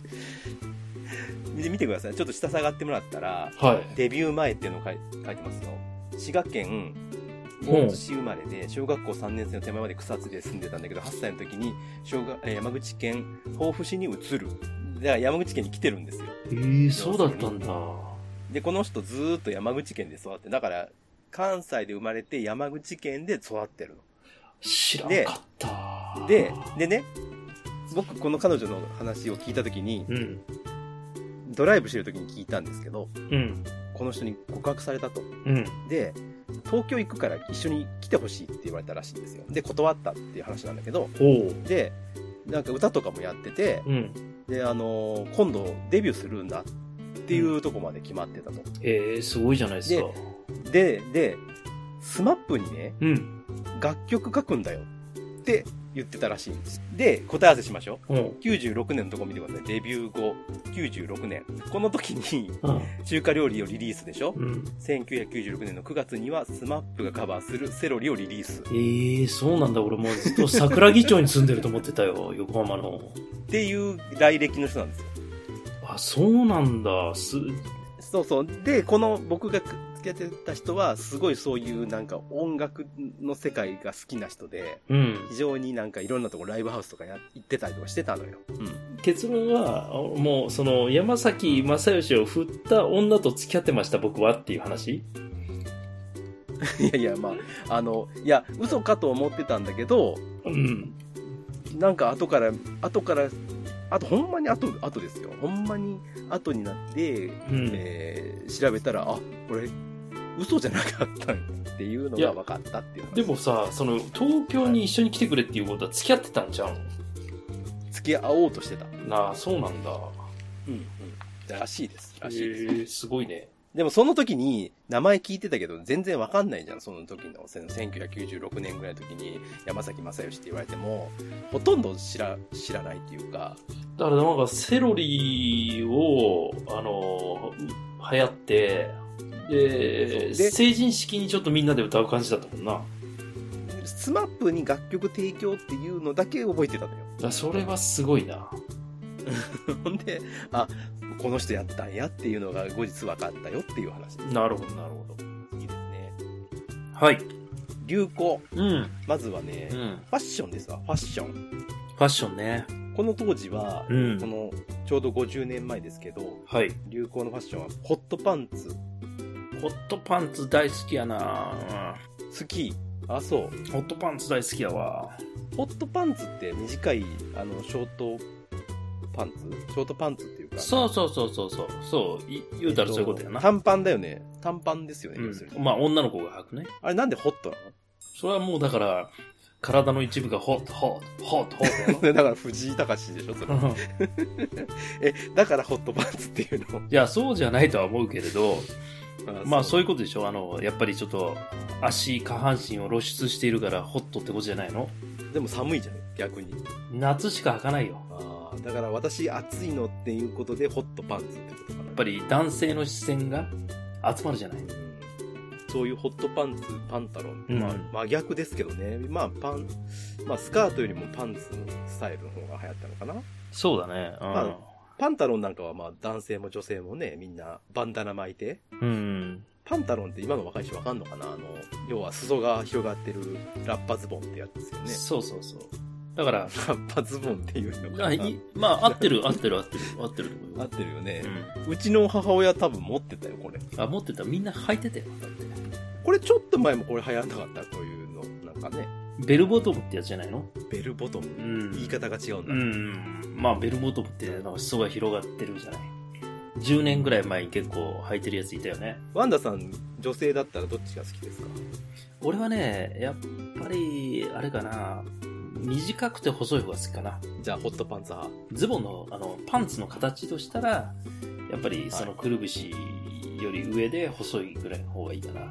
Speaker 3: 見てください。ちょっと下下がってもらったら、デビュー前っていうのを書いてますよ。滋賀県大津市生まれで、小学校3年生の手前まで草津で住んでたんだけど、8歳の時に山口県防府市に移る。だから山口県に来てるんですよ。
Speaker 2: そうだったんだ。
Speaker 3: で、この人ずーっと山口県で育って、だから関西で生まれて山口県で育ってるの。
Speaker 2: 知らんかった。
Speaker 3: でね、僕この彼女の話を聞いた時に、ドライブしてる時に聞いたんですけど、この人に告白されたと。で、東京行くから一緒に来てほしいって言われたらしいんですよ。で、断ったっていう話なんだけど、で、なんか歌とかもやってて、で、今度デビューするんだっていうとこまで決まってたと。
Speaker 2: すごいじゃないですか。
Speaker 3: で、スマップにね、楽曲書くんだよって言ってたらしいんです。で、答え合わせしましょう。96年のとこ見てください。デビュー後、96年。この時に、中華料理をリリースでしょ、1996年の9月にはスマップがカバーするセロリをリリース。
Speaker 2: そうなんだ。俺もうずっと桜木町に住んでると思ってたよ。横浜の。
Speaker 3: っていう来歴の人なんですよ。
Speaker 2: そうなんだ。
Speaker 3: そう。で、この僕が付き合ってた人は、すごいそういうなんか音楽の世界が好きな人で、非常になんかいろんなところライブハウスとか行ってたりとかしてたのよ。
Speaker 2: 結論は、もうその山崎正義を振った女と付き合ってました僕はっていう話？
Speaker 3: いや、嘘かと思ってたんだけど、なんか後から、ほんまに後ですよ。ほんまに後になって、調べたら、これ、嘘じゃなかったんっていうのが分かったっていう。
Speaker 2: でもさ、東京に一緒に来てくれっていうことは付き合ってたんじゃん。
Speaker 3: 付き合おうとしてた。
Speaker 2: そうなんだ。
Speaker 3: らしいです。
Speaker 2: すごいね。
Speaker 3: でもその時に名前聞いてたけど全然わかんないじゃん。その時の1996年ぐらいの時に山崎正義って言われてもほとんど知らないっていうか。
Speaker 2: だからなんかセロリを流行ってで成人式にちょっとみんなで歌う感じだったもんな。
Speaker 3: スマップに楽曲提供っていうのだけ覚えてたのよ。
Speaker 2: それはすごいな。
Speaker 3: ほんでこの人やったんやっていうのが後日分かったよっていう話です。
Speaker 2: なるほど。
Speaker 3: いいですね。
Speaker 2: はい。
Speaker 3: 流行。まずはね、ファッションですわ。ファッションね。この当時は、このちょうど50年前ですけど、流行のファッションはホットパンツ。
Speaker 2: ホットパンツ大好きやな。
Speaker 3: 好き。そう。
Speaker 2: ホットパンツ大好きやわ。
Speaker 3: ホットパンツって短いショートパンツっていうか。
Speaker 2: そう言うたらそういうことやな。
Speaker 3: 短パンだよね。短パンですよね。
Speaker 2: 女の子が履くね。
Speaker 3: あれなんでホットなの？
Speaker 2: それはもうだから体の一部がホット
Speaker 3: だから藤井隆でしょそれ。だからホットパンツっていうの？
Speaker 2: いやそうじゃないとは思うけれど、そういうことでしょ。やっぱりちょっと下半身を露出しているからホットってことじゃないの？
Speaker 3: でも寒いじゃん逆に。
Speaker 2: 夏しか履かないよ。
Speaker 3: だから私暑いのっていうことでホットパンツってことかな。
Speaker 2: やっぱり男性の視線が集まるじゃない。
Speaker 3: そういうホットパンツ、パンタロン、まあ、
Speaker 2: うん
Speaker 3: 真逆ですけどね。まあ、スカートよりもパンツのスタイルの方が流行ったのかな。
Speaker 2: そうだね。
Speaker 3: まあ、パンタロンなんかはまあ、男性も女性もね、みんなバンダナ巻いて。
Speaker 2: うん。
Speaker 3: パンタロンって今の若い人わかんのかな、要は裾が広がってるラッパズボンってやつですよね。
Speaker 2: そうそうそう。だから、
Speaker 3: ラッパズボンっていうのかな。
Speaker 2: まあ、合ってると思うよ。
Speaker 3: 合ってるよね、
Speaker 2: うん。
Speaker 3: うちの母親多分持ってたよ、これ。
Speaker 2: あ、持ってた。みんな履いてたよ。だって。
Speaker 3: これちょっと前もこれ流行んなかった、こういうの。なんかね。
Speaker 2: ベルボトムってやつじゃないの？
Speaker 3: ベルボトム。
Speaker 2: うん。
Speaker 3: 言い方が違うんだ。
Speaker 2: うん。まあ、ベルボトムってなんか裾が広がってるじゃない。10年ぐらい前に結構履いてるやついたよね。
Speaker 3: ワンダさん、女性だったらどっちが好きですか？
Speaker 2: 俺はね、やっぱり、あれかな、短くて細い方が好きかな。
Speaker 3: じゃあ、ホットパンツ派。
Speaker 2: ズボンの、パンツの形としたら、やっぱりそのくるぶしより上で細いぐらいの方がいいかな。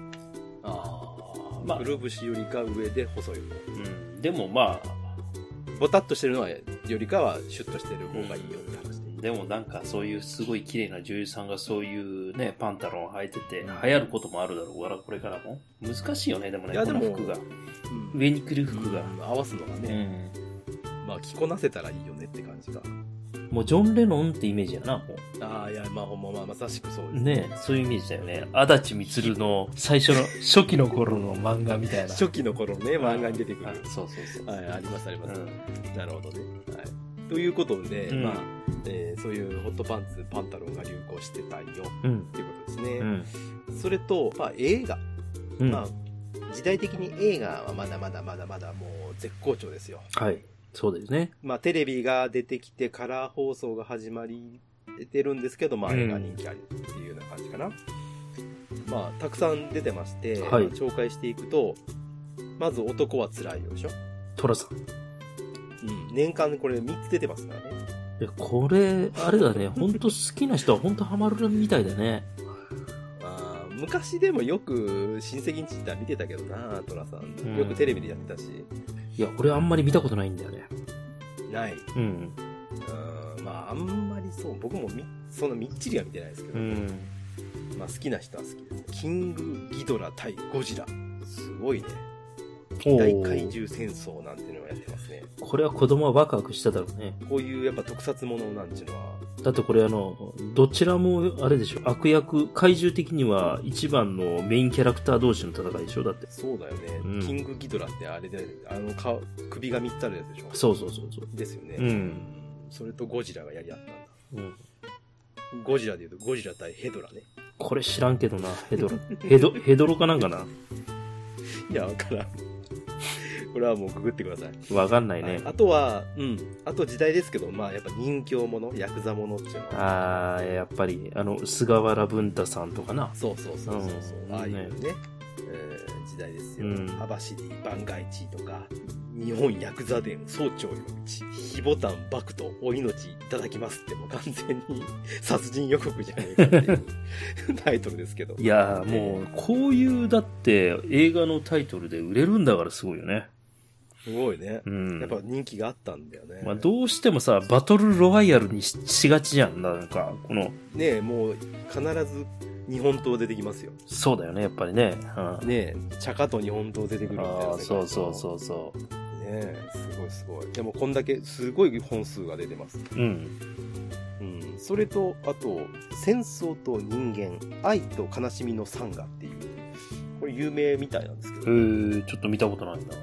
Speaker 3: まあ、くるぶしよりか上で細い方。
Speaker 2: うん。でもまあ、
Speaker 3: ボタッとしてるのはよりかはシュッとしてる方がいいよって話で。
Speaker 2: でもなんかそういうすごい綺麗な女優さんがそういうね、パンタロンを履いてて流行ることもあるだろうから、これからも。難しいよね、でもね、この服が。上に来る服が。
Speaker 3: 合わすのがね。まあ、着こなせたらいいよねって感じが。
Speaker 2: もうジョン・レノンってイメージやな、もう。
Speaker 3: ああ、いや、まあ、まさしくそうです
Speaker 2: ね。そういうイメージだよね。足立みつるの最初の、初期の頃の漫画みたいな。
Speaker 3: 初期の頃ね、漫画に出てくる。
Speaker 2: そうそう。
Speaker 3: はい、あります、あります。なるほどね。はい。ということで、まあ、そういうホットパンツ、パンタロンが流行してたよ、っていうことですね。それと、まあ、映画。まあ、時代的に映画はまだもう絶好調ですよ。はい。
Speaker 2: そうですね。
Speaker 3: まあ、テレビが出てきてカラー放送が始まり出てるんですけど、まあ、映画人気ありっていうような感じかな。まあ、たくさん出てまして、紹介していくと、まず男は辛いよでしょ。
Speaker 2: トラさん。
Speaker 3: 年間これ3つ出てますからね。
Speaker 2: これ、あれだね、本当好きな人は本当ハマるみたいだね。
Speaker 3: 昔でもよく親戚にちったら見てたけどな、トラさん。よくテレビでやってたし。
Speaker 2: いや、俺あんまり見たことないんだよね。
Speaker 3: ない。まあ、あんまりそう、僕もそんなみっちりは見てないですけど、まあ好きな人は好きです。キングギドラ対ゴジラ。すごいね。大怪獣戦争なんていうのをやってますね。
Speaker 2: これは子供はワクワクしただろうね。
Speaker 3: こういうやっぱ特撮ものなんていうのは。
Speaker 2: だってこれどちらもあれでしょ、悪役、怪獣的には一番のメインキャラクター同士の戦いでしょ、だって。
Speaker 3: そうだよね。キングギドラってあれで、首が3つあるやつでしょ。
Speaker 2: そう。
Speaker 3: ですよね。それとゴジラがやり合ったんだ。ゴジラで言うとゴジラ対ヘドラね。
Speaker 2: これ知らんけどな、ヘドラ。ヘドロかなんかな。
Speaker 3: いや、わからん。これはもうググってください。
Speaker 2: わかんないね。
Speaker 3: あとは、あと時代ですけど、まあやっぱ人形もの、ヤクザものっていうのは。
Speaker 2: やっぱり、菅原文太さんとかな。
Speaker 3: そう。ああいうね、時代ですよ。網走番外地とか、日本ヤクザ伝総長のうち、火ボタンバクとお命いただきますってもう完全に殺人予告じゃねえかっていうタイトルですけど。
Speaker 2: いやもう、こういうだって映画のタイトルで売れるんだからすごいよね。
Speaker 3: すごいね。やっぱ人気があったんだよね。
Speaker 2: まあどうしてもさ、バトルロワイヤルに しがちじゃん。なんか、この。
Speaker 3: ねえ、もう必ず日本刀出てきますよ。
Speaker 2: そうだよね、やっぱりね。
Speaker 3: ねえ、茶化と日本刀出てくるみたいな。
Speaker 2: そう。
Speaker 3: ねえ、すごい。でもこんだけすごい本数が出てます。それと、あと、戦争と人間、愛と悲しみのサンガっていう、これ有名みたいなんですけど。
Speaker 2: ちょっと見たことないな。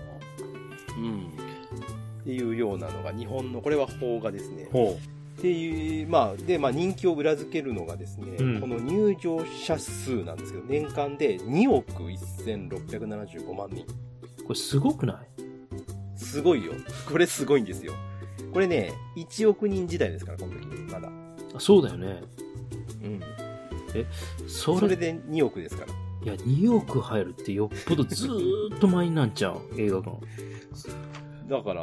Speaker 3: っていうようなのが日本の、これは邦画ですね。っていう、まあ人気を裏付けるのがですね、この入場者数なんですけど、年間で2億1675万人。
Speaker 2: これすごくない？
Speaker 3: すごいよ。これすごいんですよ。これね、1億人時代ですから、この時に、まだ。
Speaker 2: そうだよね。それ
Speaker 3: で2億ですから。
Speaker 2: いや、2億入るってよっぽどずーっと前になんちゃう、映画館。
Speaker 3: だから、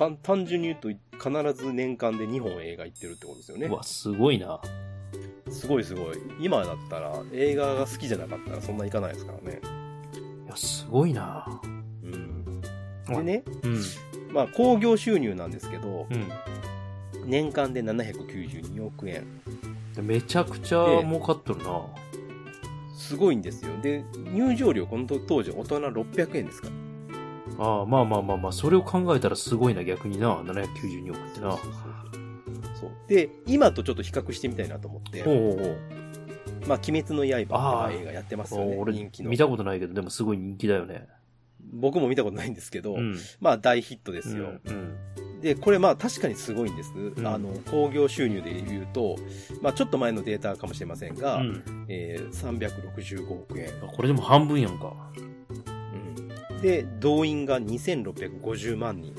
Speaker 3: 単純に言うと、必ず年間で2本映画行ってるってことですよね。
Speaker 2: うわ、すごいな。
Speaker 3: すごい。今だったら、映画が好きじゃなかったらそんな行かないですからね。
Speaker 2: いや、すごいな。
Speaker 3: でね、まあ、興行収入なんですけど、年間で792億円。
Speaker 2: めちゃくちゃ儲かっとるな。
Speaker 3: すごいんですよ。で、入場料この当時大人600円ですから。
Speaker 2: ああ、まあまあまあまあ、それを考えたらすごいな、逆にな、792億ってな。
Speaker 3: そう。で、今とちょっと比較してみたいなと思って、
Speaker 2: おうおうおう、
Speaker 3: まあ、鬼滅の刃ってまあ映画やってますよね。
Speaker 2: 俺
Speaker 3: 人気の。
Speaker 2: 見たことないけど、でもすごい人気だよね。
Speaker 3: 僕も見たことないんですけど、
Speaker 2: うん、
Speaker 3: まあ大ヒットですよ。
Speaker 2: うん
Speaker 3: で、これまあ確かにすごいんです。
Speaker 2: ん
Speaker 3: 興行収入で言うと、まあちょっと前のデータかもしれませんが、365億円。
Speaker 2: これでも半分やんか。
Speaker 3: うん。で、動員が2650万人。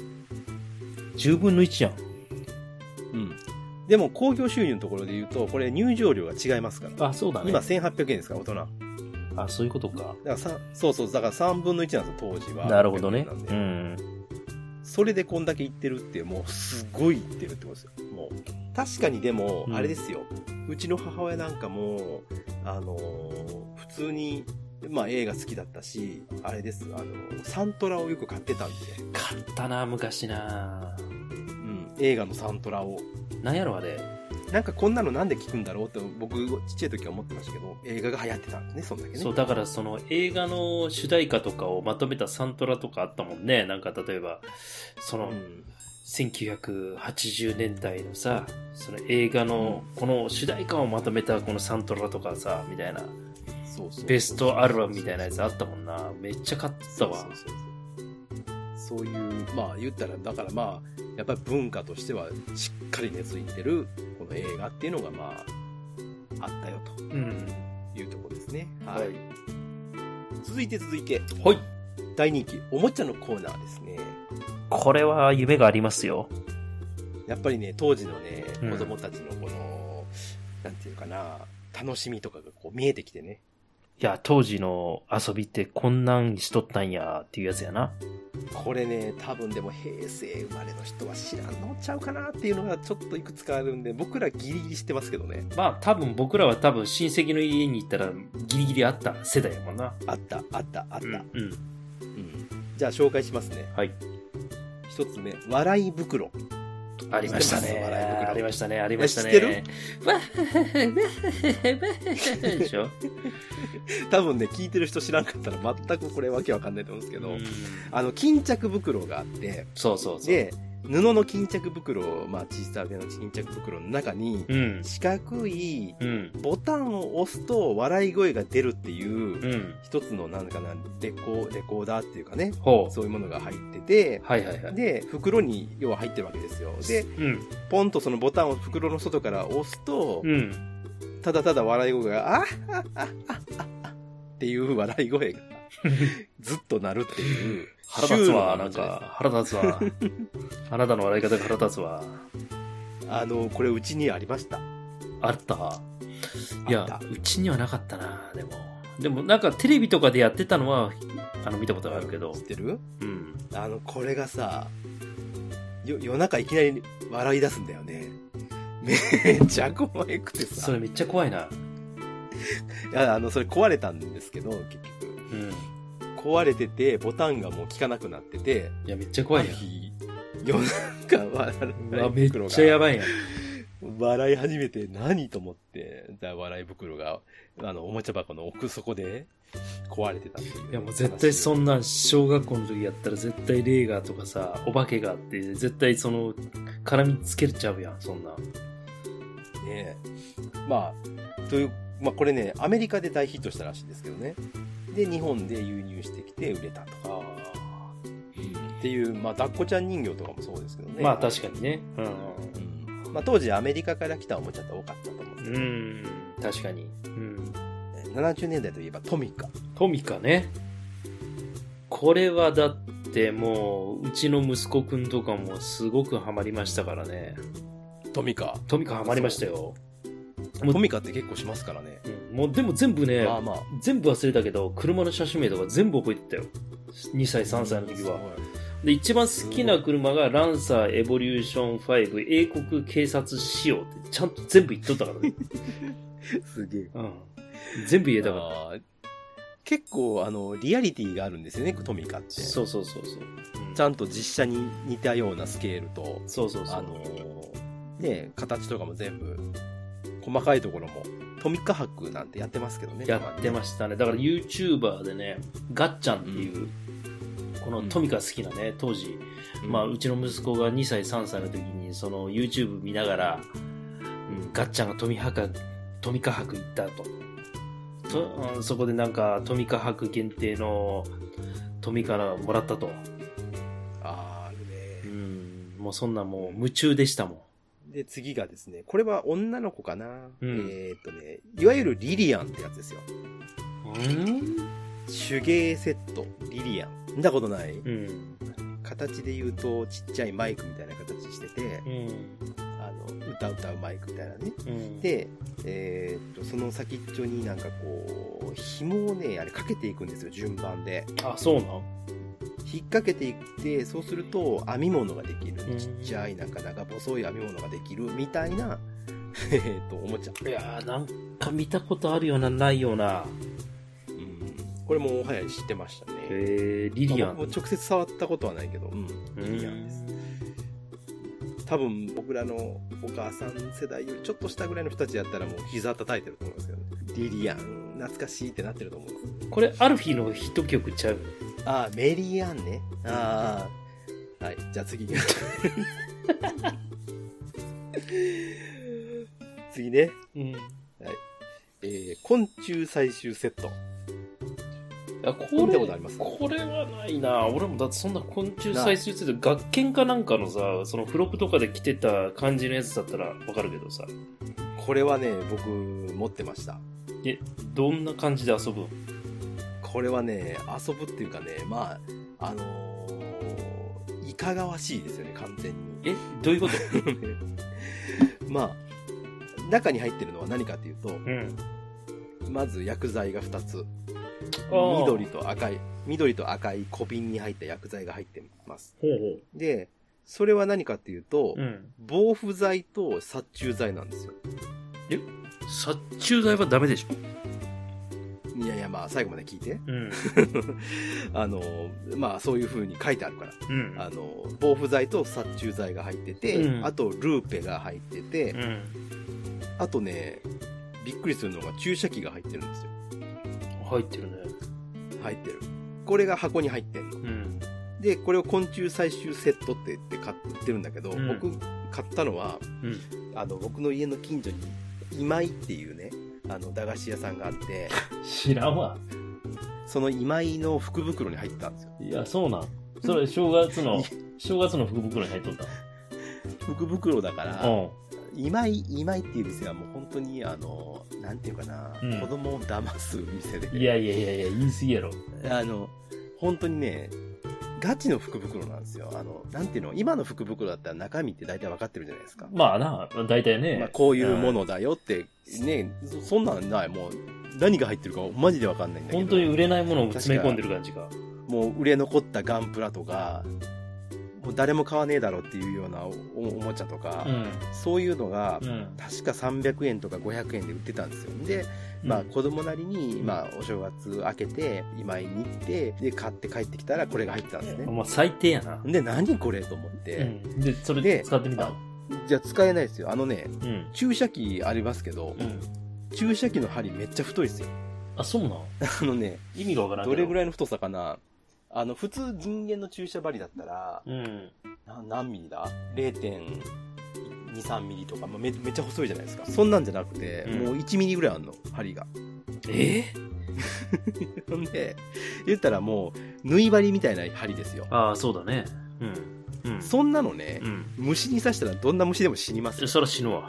Speaker 2: 10分の1やん。
Speaker 3: うん。でも興行収入のところで言うと、これ入場料が違いますから。
Speaker 2: あ、そうだね。
Speaker 3: 今1800円ですから、大人。
Speaker 2: あ、そういうことか。
Speaker 3: だからそう、だから3分の1なんですよ、当時は。
Speaker 2: なるほどね。
Speaker 3: うん。それでこんだけいってるって、もうすごいいってるってことですよ。もう。確かにでも、あれですよ。うちの母親なんかも、普通に、まあ映画好きだったし、あれです、サントラをよく買ってたんで。
Speaker 2: 買ったな、昔な。
Speaker 3: うん、映画のサントラを。
Speaker 2: なんやろあれ。
Speaker 3: なんかこんなのなんで聞くんだろうって僕ちっちゃい時は思ってましたけど、映画が流行ってたんですね、そんだけね。
Speaker 2: そう、だからその映画の主題歌とかをまとめたサントラとかあったもんね。なんか例えば、その、1980年代のさ、その映画のこの主題歌をまとめたこのサントラとかさ、みたいな。ベストアルバムみたいなやつあったもんな。めっちゃ買ってたわ。
Speaker 3: そういう、まあ言ったら、だからまあ、やっぱり文化としてはしっかり根付いてるこの映画っていうのがまあ、あったよというところですね。はい。続いて、
Speaker 2: はい。
Speaker 3: 大人気、おもちゃのコーナーですね。
Speaker 2: これは夢がありますよ。
Speaker 3: やっぱりね、当時のね、子供たちのこの、なんていうかな、楽しみとかがこう見えてきてね。
Speaker 2: いや、当時の遊びってこんなんしとったんやっていうやつやな。
Speaker 3: これね、多分でも平成生まれの人は知らんのちゃうかなっていうのがちょっといくつかあるんで、僕らギリギリ知ってますけどね。
Speaker 2: まあ多分僕らは親戚の家に行ったらギリギリあった世代やもんな。
Speaker 3: あった。
Speaker 2: うん。
Speaker 3: じゃあ紹介しますね。はい。一つ目、笑い袋。
Speaker 2: ありましたね。ありましたね。
Speaker 3: 知ってる？
Speaker 2: でしょ？
Speaker 3: 多分ね、聞いてる人知らんかったら全くこれわけわかんないと思うんですけど、巾着袋があって、
Speaker 2: そう。
Speaker 3: で、布の巾着袋、まあ小さめの巾着袋の中に、四角いボタンを押すと笑い声が出るっていう、一つのなんかな、レコーダーっていうかね、そういうものが入ってて、で、袋に要は入ってるわけですよ。で、ポンとそのボタンを袋の外から押すと、ただただ笑い声が、っていう笑い声がずっと鳴るっていう。
Speaker 2: 腹立つわ、なんか、腹立つわ。あなたの笑い方が腹立つわ。
Speaker 3: これうちにありました。
Speaker 2: あった？いや、うちにはなかったな、でもなんかテレビとかでやってたのは、見たことがあるけど。
Speaker 3: 知ってる？うん。これがさ、夜中いきなり笑い出すんだよね。めっちゃ怖くてさ。
Speaker 2: それめっちゃ怖いな。
Speaker 3: いや、それ壊れたんですけど、結局。壊れてて、ボタンがもう効かなくなってて。
Speaker 2: いや、めっちゃ怖いやん。
Speaker 3: 夜中笑い
Speaker 2: めっちゃやばいやん。
Speaker 3: 笑い始めて何と思って、笑い袋が、おもちゃ箱の奥底で壊れてたっていう。
Speaker 2: いや、もう絶対そんな小学校の時やったら絶対レーガーとかさ、お化けがあって、絶対絡みつけちゃうやん、そんな。ね
Speaker 3: え。まあ、これね、アメリカで大ヒットしたらしいんですけどね。で、日本で輸入してきて売れたとか。っていう、まあ、抱っこちゃん人形とかもそうですけどね。
Speaker 2: まあ、確かにね。
Speaker 3: まあ、当時アメリカから来たおもちゃって多かったと思うんですけど。
Speaker 2: 確かに。
Speaker 3: 70年代といえばトミカ。
Speaker 2: トミカね。これはだってもう、うちの息子くんとかもすごくハマりましたからね。
Speaker 3: トミカ
Speaker 2: ハマりましたよ。
Speaker 3: トミカって結構しますからね。
Speaker 2: もうでも全部ね、全部忘れたけど、車の車種名とか全部覚えてたよ。2歳、3歳の時は。で、一番好きな車がランサーエボリューション5英国警察仕様ってちゃんと全部言っとったからね。
Speaker 3: すげえ。
Speaker 2: 全部言えたから。
Speaker 3: 結構、リアリティがあるんですよね、トミカって。
Speaker 2: そう。
Speaker 3: ちゃんと実写に似たようなスケールと。
Speaker 2: そう。
Speaker 3: ね、形とかも全部、細かいところもトミカ博なんてやってますけどね。
Speaker 2: やってましたね。だから YouTuber でね、ガッチャンっていう、このトミカ好きなね、当時、まあ、うちの息子が2歳、3歳の時に、その YouTube 見ながら、ガッチャンがトミカ博行ったと。そこでなんか、トミカ博限定のトミカもらったと。
Speaker 3: あるね。
Speaker 2: もうそんなもう夢中でしたもん。
Speaker 3: で、次がですね、これは女の子かな。いわゆるリリアンってやつですよ。手芸セット、リリアン。見たことない？形で言うと、ちっちゃいマイクみたいな形してて、歌うマイクみたいなね。で、その先っちょになんかこう、紐をね、あれかけていくんですよ、順番で。あ、そうなん？引っ掛けていって、そうすると編み物ができる。ちっちゃいなんか長細い編み物ができるみたいな、おもちゃ。いやー、なんか見たことあるような、ないような。これも流行り知ってましたね。リリアン。もう直接触ったことはないけど、リリアンです。多分僕らのお母さん世代よりちょっと下ぐらいの人たちやったらもう膝叩いてると思いますけどね。リリアン、懐かしいってなってると思うんです。これアルフィーのヒット曲ちゃう？ああ、メリーアンね。ああ。はい、じゃあ次。次ね。はい。昆虫採集セット。これはないな。俺もだってそんな昆虫採集セット、学研かなんかのさ、その付録とかで着てた感じのやつだったらわかるけどさ。これはね、僕持ってました。どんな感じで遊ぶ？これはね、遊ぶっていうかね、まあ、いかがわしいですよね、完全に。どういうこと？まあ、中に入ってるのは何かっていうと、まず薬剤が2つ。緑と赤い小瓶に入った薬剤が入ってます。で、それは何かっていうと、防腐剤と殺虫剤なんですよ。殺虫剤はダメでしょ？いやいや、まあ、最後まで聞いて。まあ、そういう風に書いてあるから。防腐剤と殺虫剤が入ってて、あと、ルーペが入ってて、あとね、びっくりするのが注射器が入ってるんですよ。入ってるね。入ってる。これが箱に入ってんの。で、これを昆虫採集セットって言って売ってるんだけど、僕買ったのは、僕の家の近所に今井っていうね、駄菓子屋さんがあって、知らんわ。その今井の福袋に入ってたんですよ。いや、そうなん。それ正月の福袋に入っとった。福袋だから、今井っていう店はもう本当になんていうかな、子供を騙す店で。いや、言い過ぎやろ。本当にね、ガチの福袋なんですよ。なんていうの、今の福袋だったら中身って大体分かってるじゃないですか。まあな、大体ね。まあこういうものだよって、ね、そんなんない。もう、何が入ってるかマジで分かんないんだけど。本当に売れないものを詰め込んでる感じか。もう売れ残ったガンプラとか、もう誰も買わねえだろっていうような おもちゃとか、そういうのが、確か300円とか500円で売ってたんですよ。で、まあ子供なりに、まあお正月明けて、今井に行って、で、買って帰ってきたらこれが入ってたんですね。まあ最低やな。で、何これと思って。で、それで使ってみたの？じゃあ使えないですよ。注射器ありますけど、注射器の針めっちゃ太いですよ。あ、そうなん？意味がわからんけど。どれぐらいの太さかな？普通人間の注射針だったら、何ミリだ？ 0.2、3ミリとか、めっちゃ細いじゃないですか。そんなんじゃなくて、もう1ミリぐらいあんの、針が。ほんで、言ったらもう、縫い針みたいな針ですよ。ああ、そうだね。そんなのね、虫に刺したらどんな虫でも死にますよ。そら死ぬわ。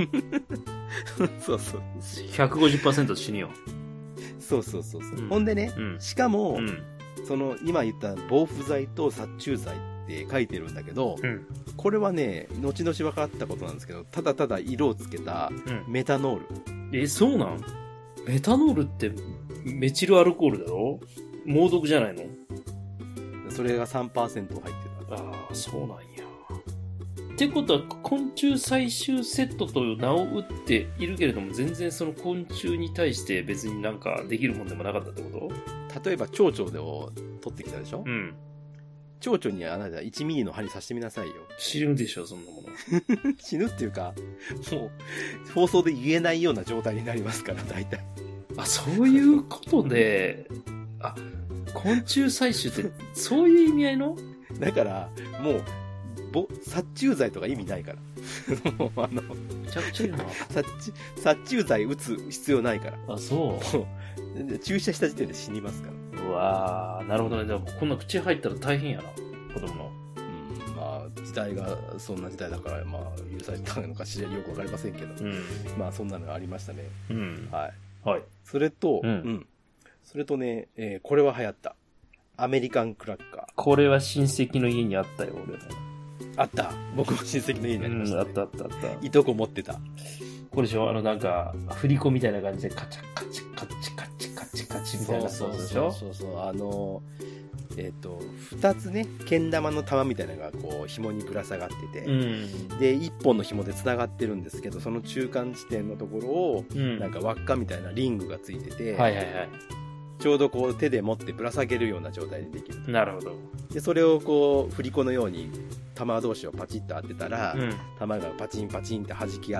Speaker 3: そうそう。150% 死ぬよ。そう。ほんでね、しかも、その今言った防腐剤と殺虫剤って書いてるんだけど、これはね、後々分かったことなんですけど、ただただ色をつけたメタノール。そうなん？メタノールってメチルアルコールだろ？猛毒じゃないの？それが 3% 入ってた。ああ、そうなんや。ってことは、昆虫採集セットと名を打っているけれども、全然その昆虫に対して別になんかできるもんでもなかったってこと？例えば、蝶々を取ってきたでしょ？ 蝶々にあなた1ミリの針刺してみなさいよ。
Speaker 2: 死ぬでしょ、そんなもの。
Speaker 3: 死ぬっていうか、もう、放送で言えないような状態になりますから、大体。
Speaker 2: あ、そういうことで、あ、昆虫採取って、そういう意味合いの？
Speaker 3: だから、もう、殺虫剤とか意味ないから。もう
Speaker 2: めちゃくちゃいいな。
Speaker 3: 殺虫剤打つ必要ないから。
Speaker 2: あ、そう。
Speaker 3: 注射した時点で死にますから。
Speaker 2: うわー、なるほどね。でもこんな口入ったら大変やな、子供の。
Speaker 3: まあ、時代がそんな時代だから、まあ、許されたのかしらよくわかりませんけど。まあ、そんなのがありましたね。はい。はい。それと、それとね、これは流行った。アメリカンクラッカー。
Speaker 2: これは親戚の家にあったよ、俺。
Speaker 3: あった。僕も親戚の家にありました、ね。
Speaker 2: あった。
Speaker 3: いとこ持ってた。
Speaker 2: これでしょ、なんか、振り子みたいな感じでカチャカチカチカチカチカチみたいなそうでしょ。
Speaker 3: そう二つね、けん玉の玉みたいなのがこう紐にぶら下がってて、で一本の紐で繋がってるんですけど、その中間地点のところを、なんか輪っかみたいなリングがついてて、ちょうどこう手で持ってぶら下げるような状態にできる。
Speaker 2: なるほど。
Speaker 3: でそれをこう振り子のように玉同士をパチッと当てたら、玉がパチンパチンって弾き合って、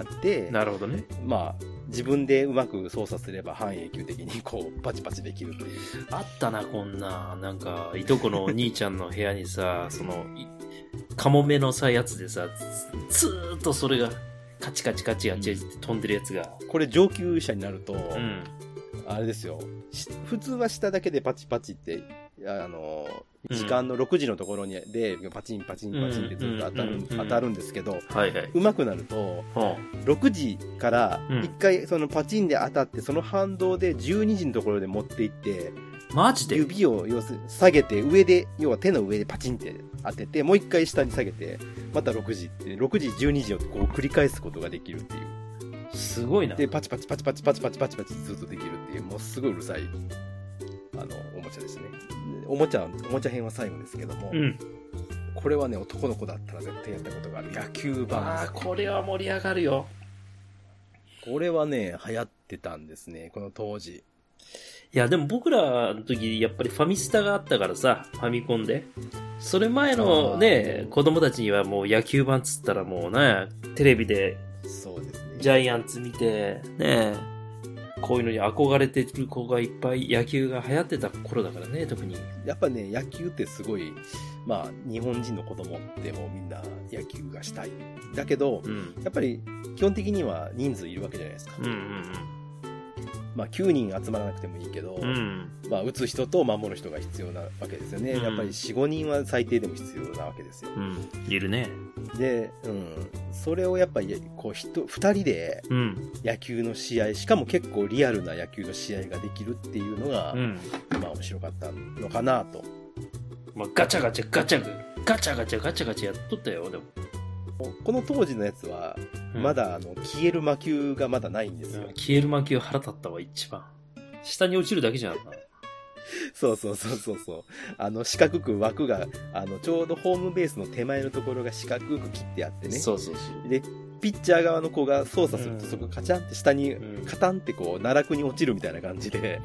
Speaker 2: なるほどね。
Speaker 3: まあ自分でうまく操作すれば半永久的にこうパチパチできるという。
Speaker 2: あったな、こんな。なんかいとこのお兄ちゃんの部屋にさ、そのカモメのさやつでさ、ずーっとそれがカチカチカチって飛んでるやつが。これ
Speaker 3: 上級者になると、あれですよ。普通は下だけでパチパチって、時間の6時のところにでパチンパチンパチンってずっと当たるんですけど、上手くなると、6時から1回そのパチンで当たって、その反動で12時のところで持っていって、
Speaker 2: マジで
Speaker 3: 指を要するに下げて、上で、要は手の上でパチンって当てて、もう1回下に下げて、また6時って、6時、12時をこう繰り返すことができるっていう。
Speaker 2: すごいな。
Speaker 3: で、パチパチパチパチパチパチパチパチずっとできるっていう、もうすごいうるさい、おもちゃですね。おもちゃ編は最後ですけども、これはね、男の子だったら絶対やったことがある。野球盤。
Speaker 2: ああ、これは盛り上がるよ。
Speaker 3: これはね、流行ってたんですね、この当時。
Speaker 2: いや、でも僕らの時、やっぱりファミスタがあったからさ、ファミコンで。それ前のね、子供たちにはもう野球盤つったらもうね、テレビで、
Speaker 3: そうですね。
Speaker 2: ジャイアンツ見て、ね、こういうのに憧れてる子がいっぱい野球が流行ってた頃だからね、特に。
Speaker 3: やっぱね、野球ってすごい、まあ、日本人の子供ってもうみんな野球がしたい。だけど、やっぱり基本的には人数いるわけじゃないですか。まあ、9人集まらなくてもいいけど、まあ、打つ人と守る人が必要なわけですよね。やっぱり4、5人は最低でも必要なわけですよ。
Speaker 2: いるね。
Speaker 3: で、それをやっぱり、こう、2人で野球の試合、しかも結構リアルな野球の試合ができるっていうのが、まあ、面白かったのかなと。
Speaker 2: まあ、ガチャガチャガチャガチャガチャガチャガチャやっとったよ、でも。
Speaker 3: この当時のやつは、まだ消える魔球がまだないんですよ。
Speaker 2: 消える魔球腹立ったわ、一番。下に落ちるだけじゃんな。
Speaker 3: そう。四角く枠が、ちょうどホームベースの手前のところが四角く切ってあってね。で、ピッチャー側の子が操作すると、そこカチャンって下に、カタンってこう、奈落に落ちるみたいな感じで、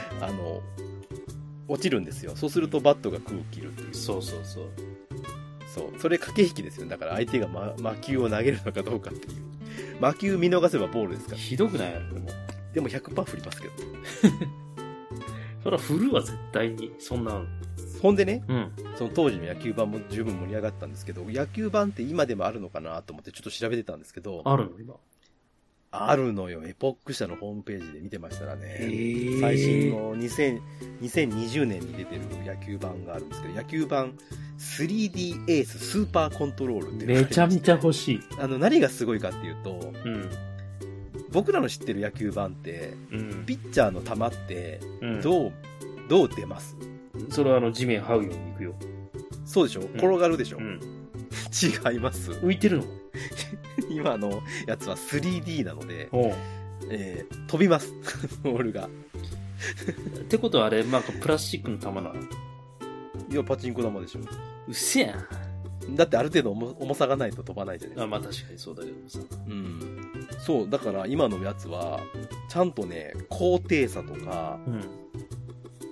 Speaker 3: 落ちるんですよ。そうするとバットが空を切るっていう。
Speaker 2: そう。
Speaker 3: それ駆け引きですよ。だから相手が魔球を投げるのかどうかっていう。魔球見逃せばボールですから。
Speaker 2: ひどくない？
Speaker 3: でも 100% 振りますけど。
Speaker 2: そら振るわ、絶対に。そんなの。
Speaker 3: ほんでね、その当時の野球盤も十分盛り上がったんですけど、野球盤って今でもあるのかなと思ってちょっと調べてたんですけど。
Speaker 2: あるの今？
Speaker 3: あるのよ。エポック社のホームページで見てましたらね。最新の2020年に出てる野球盤があるんですけど、野球盤 3D エーススーパーコントロールっていうのがありまして。
Speaker 2: めちゃめちゃ欲しい。
Speaker 3: 何がすごいかっていうと、僕らの知ってる野球盤って、ピッチャーの球って、どう出ます？
Speaker 2: それは地面這うように行くよ。
Speaker 3: そうでしょ？転がるでしょ？違います。
Speaker 2: 浮いてるの？
Speaker 3: 今のやつは 3D なので、飛びます。ボールが。
Speaker 2: ってことはあれ、なんかプラスチックの球なの？
Speaker 3: いや、パチンコ玉でしょ。
Speaker 2: うっせやん。
Speaker 3: だってある程度重さがないと飛ばないじゃないですか。
Speaker 2: まあ確かにそうだけどさ。
Speaker 3: そう、だから今のやつは、ちゃんとね、高低差とか、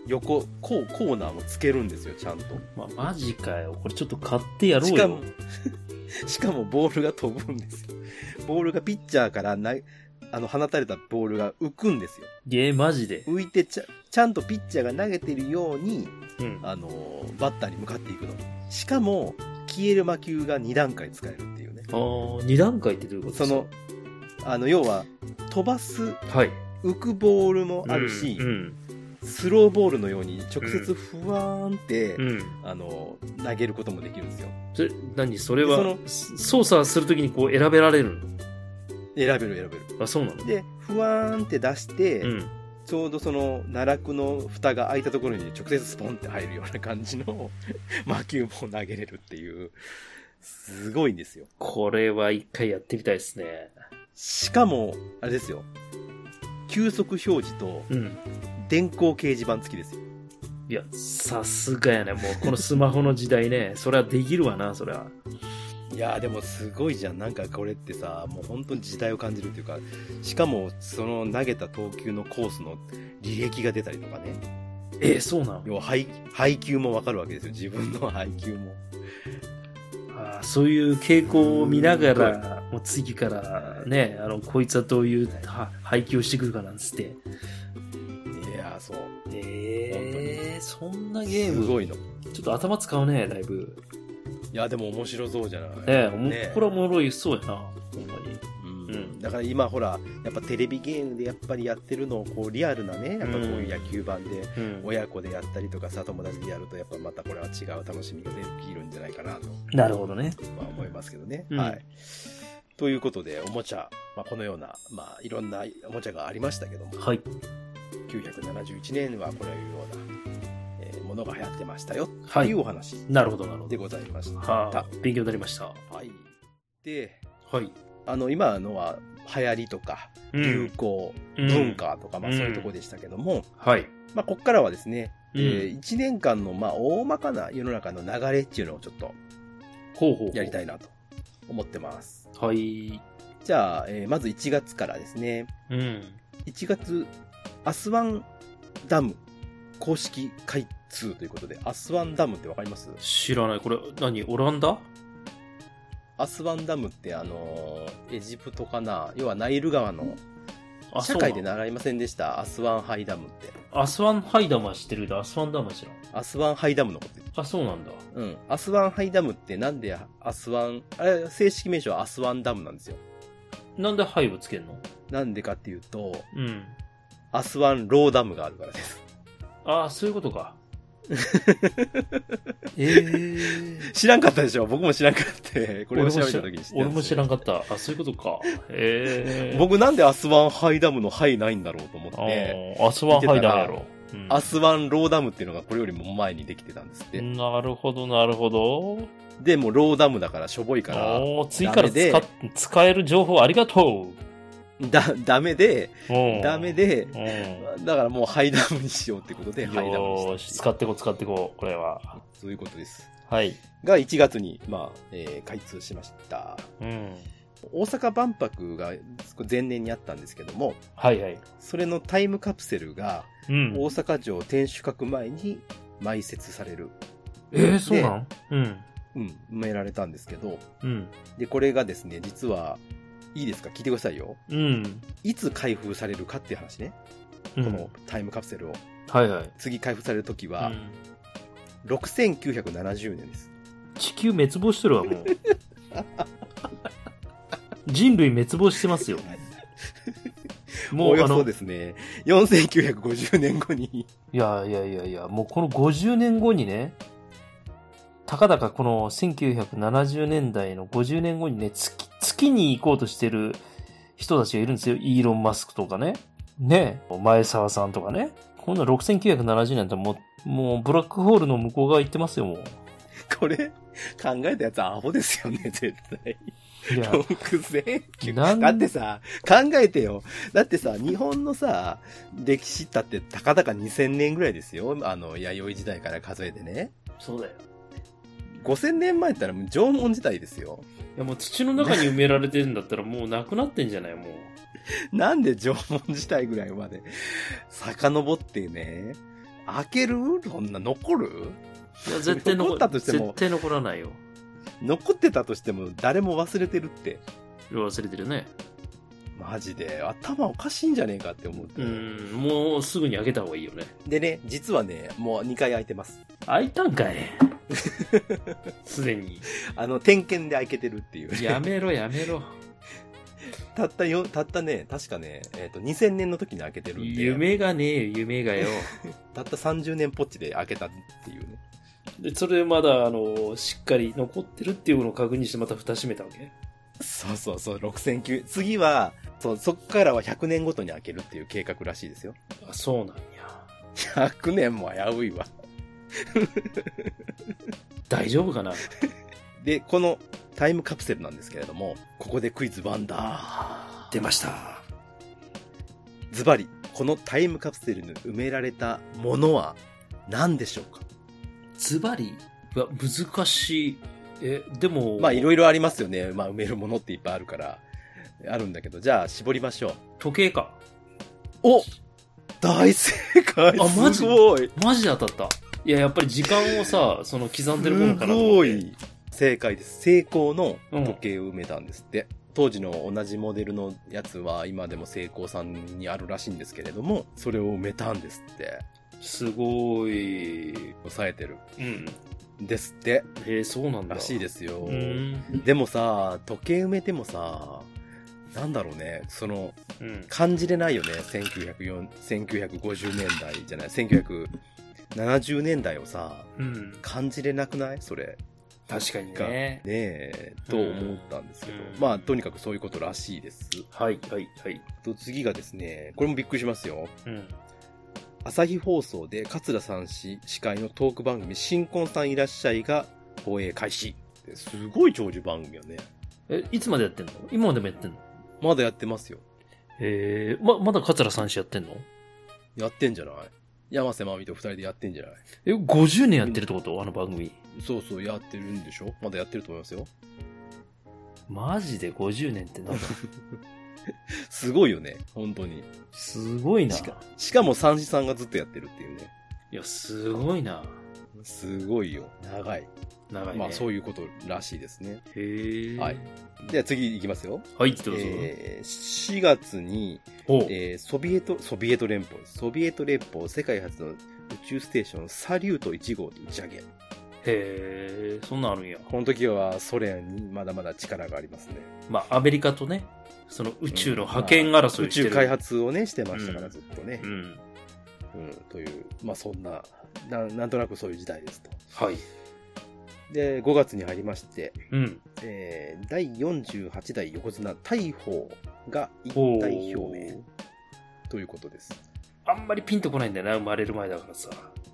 Speaker 3: 横、コーナーもつけるんですよ、ちゃんと。
Speaker 2: マジかよ。これちょっと買ってやろうよ。
Speaker 3: しかもボールが飛ぶんですよ。ボールがピッチャーから放たれたボールが浮くんですよ。
Speaker 2: マジで。
Speaker 3: 浮いてちゃんとピッチャーが投げてるように、バッターに向かっていくの。しかも、消える魔球が2段階使えるっていうね。
Speaker 2: 2段階ってどういうことですか？
Speaker 3: 要は、飛ばす、
Speaker 2: はい、
Speaker 3: 浮くボールもあるし、スローボールのように直接ふわーんって、投げることもできるんですよ。
Speaker 2: それは、操作するときにこう選べられるの？
Speaker 3: 選べる。
Speaker 2: あ、そうなの？
Speaker 3: で、ふわーんって出して、ちょうどその奈落の蓋が開いたところに直接スポンって入るような感じの魔球も投げれるっていう、すごいんですよ。
Speaker 2: これは一回やってみたいですね。
Speaker 3: しかも、あれですよ。急速表示と、電光掲示板付きですよ。
Speaker 2: いや、さすがやね。もうこのスマホの時代ね。それはできるわな、それは。
Speaker 3: いやでもすごいじゃん。なんかこれってさ、もう本当に時代を感じるっていうか、しかもその投げた投球のコースの履歴が出たりとかね。
Speaker 2: そうなの？
Speaker 3: 要は配球もわかるわけですよ。自分の配球も。
Speaker 2: そういう傾向を見ながら、もう次からね、こいつはどういう配球をしてくるかなんつって。
Speaker 3: いやそう。
Speaker 2: そんなゲーム。
Speaker 3: すごいの。
Speaker 2: ちょっと頭使うね、だいぶ。
Speaker 3: いやでも面白そうじゃない。
Speaker 2: これはおもろいそうやな、ほんまに。
Speaker 3: だから今ほら、やっぱテレビゲームでやっぱりやってるのをこうリアルなね、やっぱこういう野球盤で親子でやったりとかさ、友達でやるとやっぱまたこれは違う楽しみが出てきるんじゃないかなと。
Speaker 2: なるほどね。
Speaker 3: 思いますけどね。はい。ということで、おもちゃ、このような、いろんなおもちゃがありましたけども。
Speaker 2: はい。
Speaker 3: 971年はこういうような、ものが流行ってましたよ。
Speaker 2: はい。
Speaker 3: というお話。
Speaker 2: なるほど、なるほど。
Speaker 3: でございました。
Speaker 2: 勉強になりました。
Speaker 3: はい。で、
Speaker 2: はい。
Speaker 3: 今のは流行りとか、流行、文化とか、そういうところでしたけども、
Speaker 2: はい。
Speaker 3: こっからはですね、1年間の、大まかな世の中の流れっていうのをちょっと、やりたいなと思ってます。
Speaker 2: はい。
Speaker 3: じゃあ、まず1月からですね。1月、アスワンダム公式開通ということで、アスワンダムってわかります？
Speaker 2: 知らない。これ、オランダ？
Speaker 3: アスワンダムってエジプトかな？要はナイル川の、社会で習いませんでした？アスワンハイダムって。
Speaker 2: アスワンハイダムは知ってるけど、アスワンダムは知らん。
Speaker 3: アスワンハイダムのこと言って。
Speaker 2: そうなんだ。
Speaker 3: アスワンハイダムってなんでアスワン、正式名称はアスワンダムなんですよ。
Speaker 2: なんでハイをつけるの？
Speaker 3: なんでかっていうと、アスワンローダムがあるからです。
Speaker 2: そういうことか。
Speaker 3: 知らんかったでしょ？僕も知らんかった。これを調べた時に知って。
Speaker 2: 俺も知らんかった。そういうことか。
Speaker 3: 僕なんでアスワンハイダムのハイないんだろうと思って。
Speaker 2: アスワンハイダムやろ。
Speaker 3: アスワンローダムっていうのがこれよりも前にできてたんですって。
Speaker 2: なるほど、なるほど。
Speaker 3: で、もうローダムだからしょぼいから。
Speaker 2: 次から使える情報ありがとう。
Speaker 3: ダメで、だからもうハイダムにしようってことで、ハイダムにした。
Speaker 2: よし、使ってこう、これは。
Speaker 3: そういうことです。
Speaker 2: はい。
Speaker 3: が1月に、開通しました。大阪万博が前年にあったんですけども、
Speaker 2: はいはい。
Speaker 3: それのタイムカプセルが、大阪城天守閣前に埋設される。
Speaker 2: そうなん？
Speaker 3: 埋められたんですけど、で、これがですね、実は、いいですか？聞いてくださいよ。いつ開封されるかっていう話ね。このタイムカプセルを。次開封されるときは、6970年です。
Speaker 2: 地球滅亡してるわ、もう。人類滅亡してますよ。
Speaker 3: もうおよそですね、4950年後に。
Speaker 2: いや、もうこの50年後にね、たかだかこの1970年代の50年後にね、月に行こうとしてる人たちがいるんですよ。イーロン・マスクとかね。前澤さんとかね。こんな6970年ってもうブラックホールの向こう側行ってますよ、もう。
Speaker 3: これ、考えたやつアホですよね、絶対。6900? だってさ、考えてよ。だってさ、日本のさ、歴史だってたかだか2000年ぐらいですよ。弥生時代から数えてね。
Speaker 2: そうだよ。
Speaker 3: 5000年前って言ったらもう縄文時代ですよ。
Speaker 2: いやもう土の中に埋められてるんだったらもうなくなってんじゃないもう。
Speaker 3: なんで縄文時代ぐらいまで遡ってね、 開ける？そんな残る？
Speaker 2: いや、絶対
Speaker 3: 残ったとしても
Speaker 2: 絶対残らないよ。
Speaker 3: 残ってたとしても誰も忘れてるって。
Speaker 2: 忘れてるね。
Speaker 3: マジで頭おかしいんじゃねえかって思って。
Speaker 2: もうすぐに開けた方がいいよね。
Speaker 3: でね、実はね、もう2回開いてます。
Speaker 2: 開いたんかい。すでに。
Speaker 3: 点検で開けてるっていう、ね。
Speaker 2: やめろやめろ。
Speaker 3: たったね、確かね、2000年の時に開けてるんで。
Speaker 2: 夢がねえよ、夢がよ。
Speaker 3: たった30年ポッチで開けたっていうね。
Speaker 2: で、それまだ、しっかり残ってるっていうのを確認してまた蓋閉めたわけ？
Speaker 3: そうそうそう、6009。次は、そっからは100年ごとに開けるっていう計画らしいですよ。
Speaker 2: あ、そうなんや。
Speaker 3: 100年も危ういわ。
Speaker 2: 大丈夫かな？
Speaker 3: で、このタイムカプセルなんですけれども、ここでクイズワンダー。
Speaker 2: 出ました。
Speaker 3: ズバリ、このタイムカプセルに埋められたものは何でしょうか？
Speaker 2: ズバリ？いや、難しい。でも。
Speaker 3: まあ、いろいろありますよね。まあ、埋めるものっていっぱいあるから。あるんだけど、じゃあ、絞りましょう。
Speaker 2: 時計か。
Speaker 3: お！大正解！
Speaker 2: あ、マジ？
Speaker 3: すごい！
Speaker 2: マジで当たった。いや、やっぱり時間をさ、刻んでるものかなと思って。
Speaker 3: すごい！正解です。セイコーの時計を埋めたんですって。当時の同じモデルのやつは今でもセイコーさんにあるらしいんですけれども、それを埋めたんですって。
Speaker 2: すごい。
Speaker 3: 抑えてる。
Speaker 2: うん。
Speaker 3: ですって。
Speaker 2: そうなんだ。
Speaker 3: らしいですよ。でもさ、時計埋めてもさ、なんだろうね、感じれないよね。1950年代じゃない、1970年代をさ、感じれなくない？それ。
Speaker 2: 確かにね。
Speaker 3: ねえ、と思ったんですけど。まあ、とにかくそういうことらしいです。
Speaker 2: はい、はい、はい。
Speaker 3: と、次がですね、これもびっくりしますよ。朝日放送で桂さん司会のトーク番組、新婚さんいらっしゃいが放映開始。すごい長寿番組よね。
Speaker 2: いつまでやってんの？今までもやってんの？
Speaker 3: まだやってますよ。
Speaker 2: まだ桂さん司やってんの？
Speaker 3: やってんじゃない？山瀬まみと二人でやってんじゃない？
Speaker 2: 50年やってるってこと？あの番組。
Speaker 3: そうそう、やってるんでしょ？まだやってると思いますよ。
Speaker 2: マジで50年ってなんだ？
Speaker 3: すごいよね、本当に。
Speaker 2: すごいな。
Speaker 3: しかも三枝さんがずっとやってるっていうね。
Speaker 2: いや、すごいな。
Speaker 3: すごいよ。長い。
Speaker 2: 長いね。
Speaker 3: まあそういうことらしいですね。
Speaker 2: へえ。
Speaker 3: はい。では次いきますよ。
Speaker 2: はい、どうぞ。
Speaker 3: 4月に、ソビエト連邦世界初の宇宙ステーションサリュート1号で打ち上げ。
Speaker 2: へえ、そんなんあるんや。
Speaker 3: この時はソ連にまだまだ力がありますね。
Speaker 2: まあアメリカとね、その宇宙の覇権争いしてる、
Speaker 3: 宇宙開発をね、してましたから、ずっとね。という、まあそんな、なんとなくそういう時代ですと。
Speaker 2: はい。
Speaker 3: で、5月に入りまして、第48代横綱大鵬が引退表明ということです。
Speaker 2: あんまりピンとこないんだよな、生まれる前だからさ。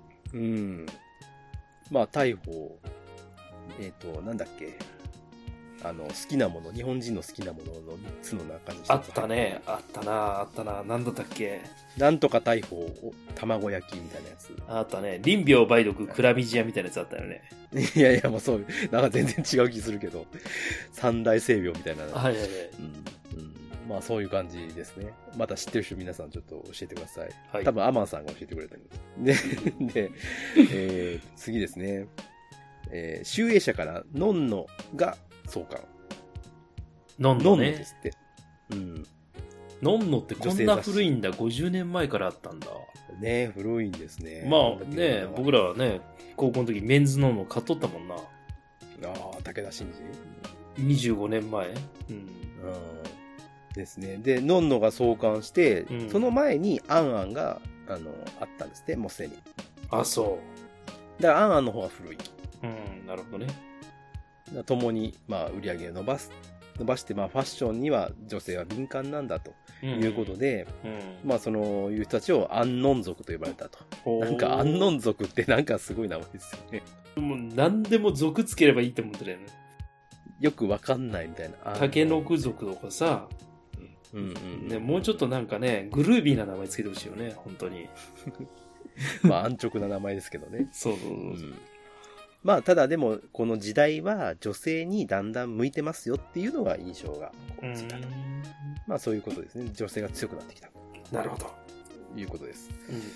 Speaker 3: まあ大鵬、なんだっけ、好きなもの、日本人の好きなものの3つの中に
Speaker 2: あったね、あったな、なんだったっけ。
Speaker 3: なんとか大砲を卵焼きみたいなやつ。
Speaker 2: あったね。林業梅毒クラミジアみたいなやつあったよね。
Speaker 3: いやいや、もうそう、なんか全然違う気するけど、三大性病みたいな。
Speaker 2: はいはいはい。
Speaker 3: まあそういう感じですね。また知ってる人皆さんちょっと教えてください。
Speaker 2: はい、
Speaker 3: 多分アマンさんが教えてくれたんです。で、次ですね。集英社からノンノが創刊。
Speaker 2: ノンノね。
Speaker 3: ノンノですって。
Speaker 2: ノンノってこんな古いんだ。50年前からあったんだ。
Speaker 3: ね、古いんですね。
Speaker 2: まあね、僕らはね、高校の時メンズノンノ買っとったもんな。
Speaker 3: ああ、武田真
Speaker 2: 治。25年前。
Speaker 3: ですね。で、ノンノが創刊して、その前にアンアンが、あったんですね、もうすでに。
Speaker 2: あ、そう。
Speaker 3: だからアンアンの方が古い。
Speaker 2: なるほどね。
Speaker 3: 共に、まあ、売り上げを伸ばして、まあ、ファッションには女性は敏感なんだということで、まあ、そういう人たちをアンノン族と呼ばれたと。なんか、アンノン族ってなんかすごい名前ですよね。
Speaker 2: もう、何でも族つければいいって思ってるよね。
Speaker 3: よくわかんないみたいな。
Speaker 2: 竹の子族とかさ、ね、もうちょっとなんかね、グルービーな名前つけてほしいよね、本当に。
Speaker 3: まあ、安直な名前ですけどね。
Speaker 2: そう。
Speaker 3: まあ、ただでも、この時代は女性にだんだん向いてますよっていうのが印象がついたと。まあ、そういうことですね。女性が強くなってきた。
Speaker 2: なるほど。
Speaker 3: いうことです。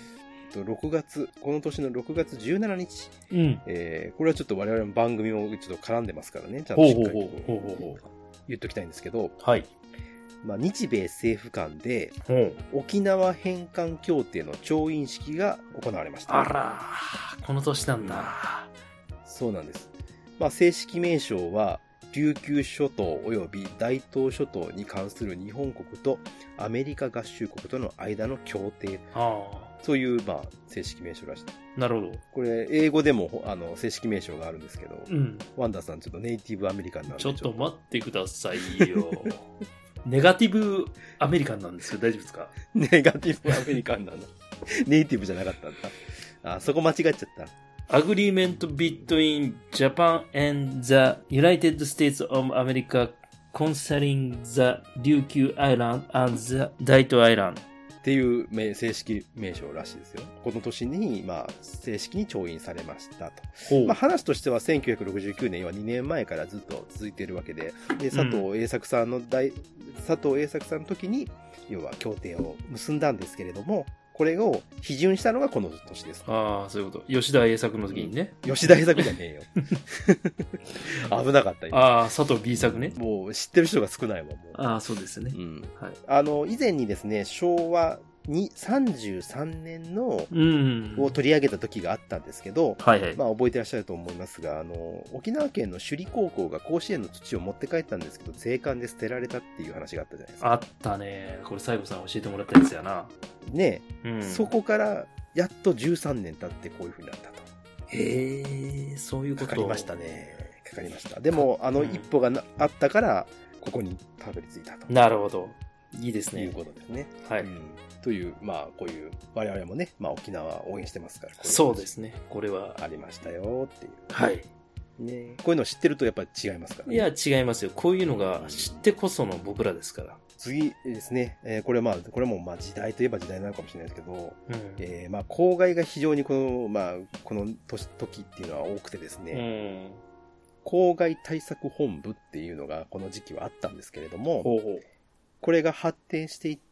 Speaker 3: 6月、この年の6月17日。
Speaker 2: うん。
Speaker 3: これはちょっと我々の番組もちょっと絡んでますからね。ちゃんとしっかりと言っときたいんですけど。
Speaker 2: はい。
Speaker 3: まあ、日米政府間で、沖縄返還協定の調印式が行われました。
Speaker 2: あら、この年なんだ。
Speaker 3: そうなんです。まあ、正式名称は、琉球諸島及び大東諸島に関する日本国とアメリカ合衆国との間の協定。そういう、まあ、正式名称らしい。
Speaker 2: なるほど。
Speaker 3: これ、英語でも、正式名称があるんですけど、
Speaker 2: うん。
Speaker 3: ワンダーさん、ちょっとネイティブアメリカンなんで。
Speaker 2: ちょっと待ってくださいよ。ネガティブアメリカンなんですよ。大丈夫ですか？
Speaker 3: ネガティブアメリカンなんだ。ネイティブじゃなかったんだ。あ、そこ間違っちゃった。
Speaker 2: Agreement between Japan and the United States of America concerning the Ryukyu Island and the Daito Island
Speaker 3: っていう正式名称らしいですよ。この年に、まあ、正式に調印されましたと。まあ、話としては1969年、要は2年前からずっと続いているわけで、で佐藤栄作さんの時に、要は協定を結んだんですけれども、これを批准したのがこの年です。
Speaker 2: ああ、そういうこと。吉田栄作の時にね。
Speaker 3: 吉田栄作じゃねえよ。危なかった今。
Speaker 2: ああ、佐藤 B 作ね。
Speaker 3: もう知ってる人が少ないわ、もう。
Speaker 2: ああ、そうですね。
Speaker 3: うん。
Speaker 2: はい。
Speaker 3: 以前にですね、昭和に33年のを取り上げた時があったんですけど、
Speaker 2: はいはい。
Speaker 3: まあ覚えてらっしゃると思いますが、沖縄県の首里高校が甲子園の土を持って帰ったんですけど、税関で捨てられたっていう話があったじゃないですか。
Speaker 2: あったね。これ西郷さん教えてもらったやつやな。
Speaker 3: ねえ、そこからやっと13年経ってこういう風になったと。
Speaker 2: へえ、そういうこと。
Speaker 3: かかりましたね。かかりました。でも、一歩があったから、ここにたどり着いたと。
Speaker 2: なるほど。いいですね。
Speaker 3: いうことですね。
Speaker 2: はい。
Speaker 3: という、まあ、こういう、我々もね、まあ、沖縄応援してますから。
Speaker 2: そうですね。これは。
Speaker 3: ありましたよっていう。
Speaker 2: はい。
Speaker 3: ね、こういうのを知ってるとやっぱり違いますからね。
Speaker 2: いや、違いますよ。こういうのが知ってこその僕らですから。
Speaker 3: 次ですね、これもまあ時代といえば時代なのかもしれないですけど、まあ公害が非常にこの時っていうのは多くてですね、公害対策本部っていうのがこの時期はあったんですけれども、これが発展していって、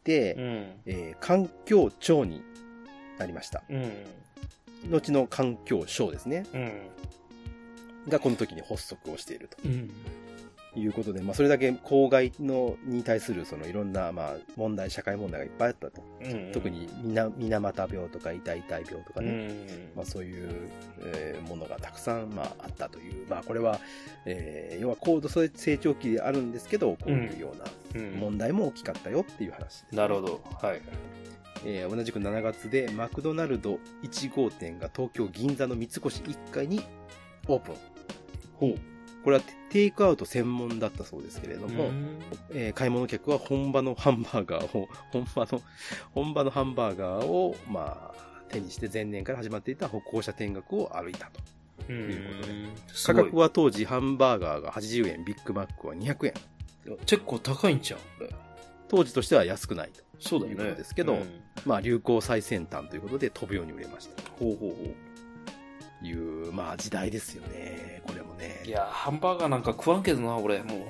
Speaker 3: 環境庁になりました。後の環境省ですね。がこの時に発足をしていると。いうことで、まあ、それだけ公害に対するいろんな、まあ、社会問題がいっぱいあったと。特に水俣病とか痛々病とかね、まあ、そういう、ものがたくさん、まあ、あったという、まあ、これは、要は高度成長期であるんですけど、こういうような問題も大きかったよっていう話です、ね。
Speaker 2: なるほど。はい。
Speaker 3: 同じく7月でマクドナルド1号店が東京銀座の三越1階にオープン。これはテイクアウト専門だったそうですけれども、買い物客は本場のハンバーガーを、まあ、手にして前年から始まっていた歩行者天国を歩いたということで、価格は当時ハンバーガーが80円、ビッグマックは200円。
Speaker 2: 結構高いんちゃうこれ。
Speaker 3: 当時としては安くないと。
Speaker 2: そうだよね。
Speaker 3: いうことですけど、まあ流行最先端ということで飛ぶように売れました。いう、まあ時代ですよね。これもね。
Speaker 2: いや、ハンバーガーなんか食わんけどな、俺、もう。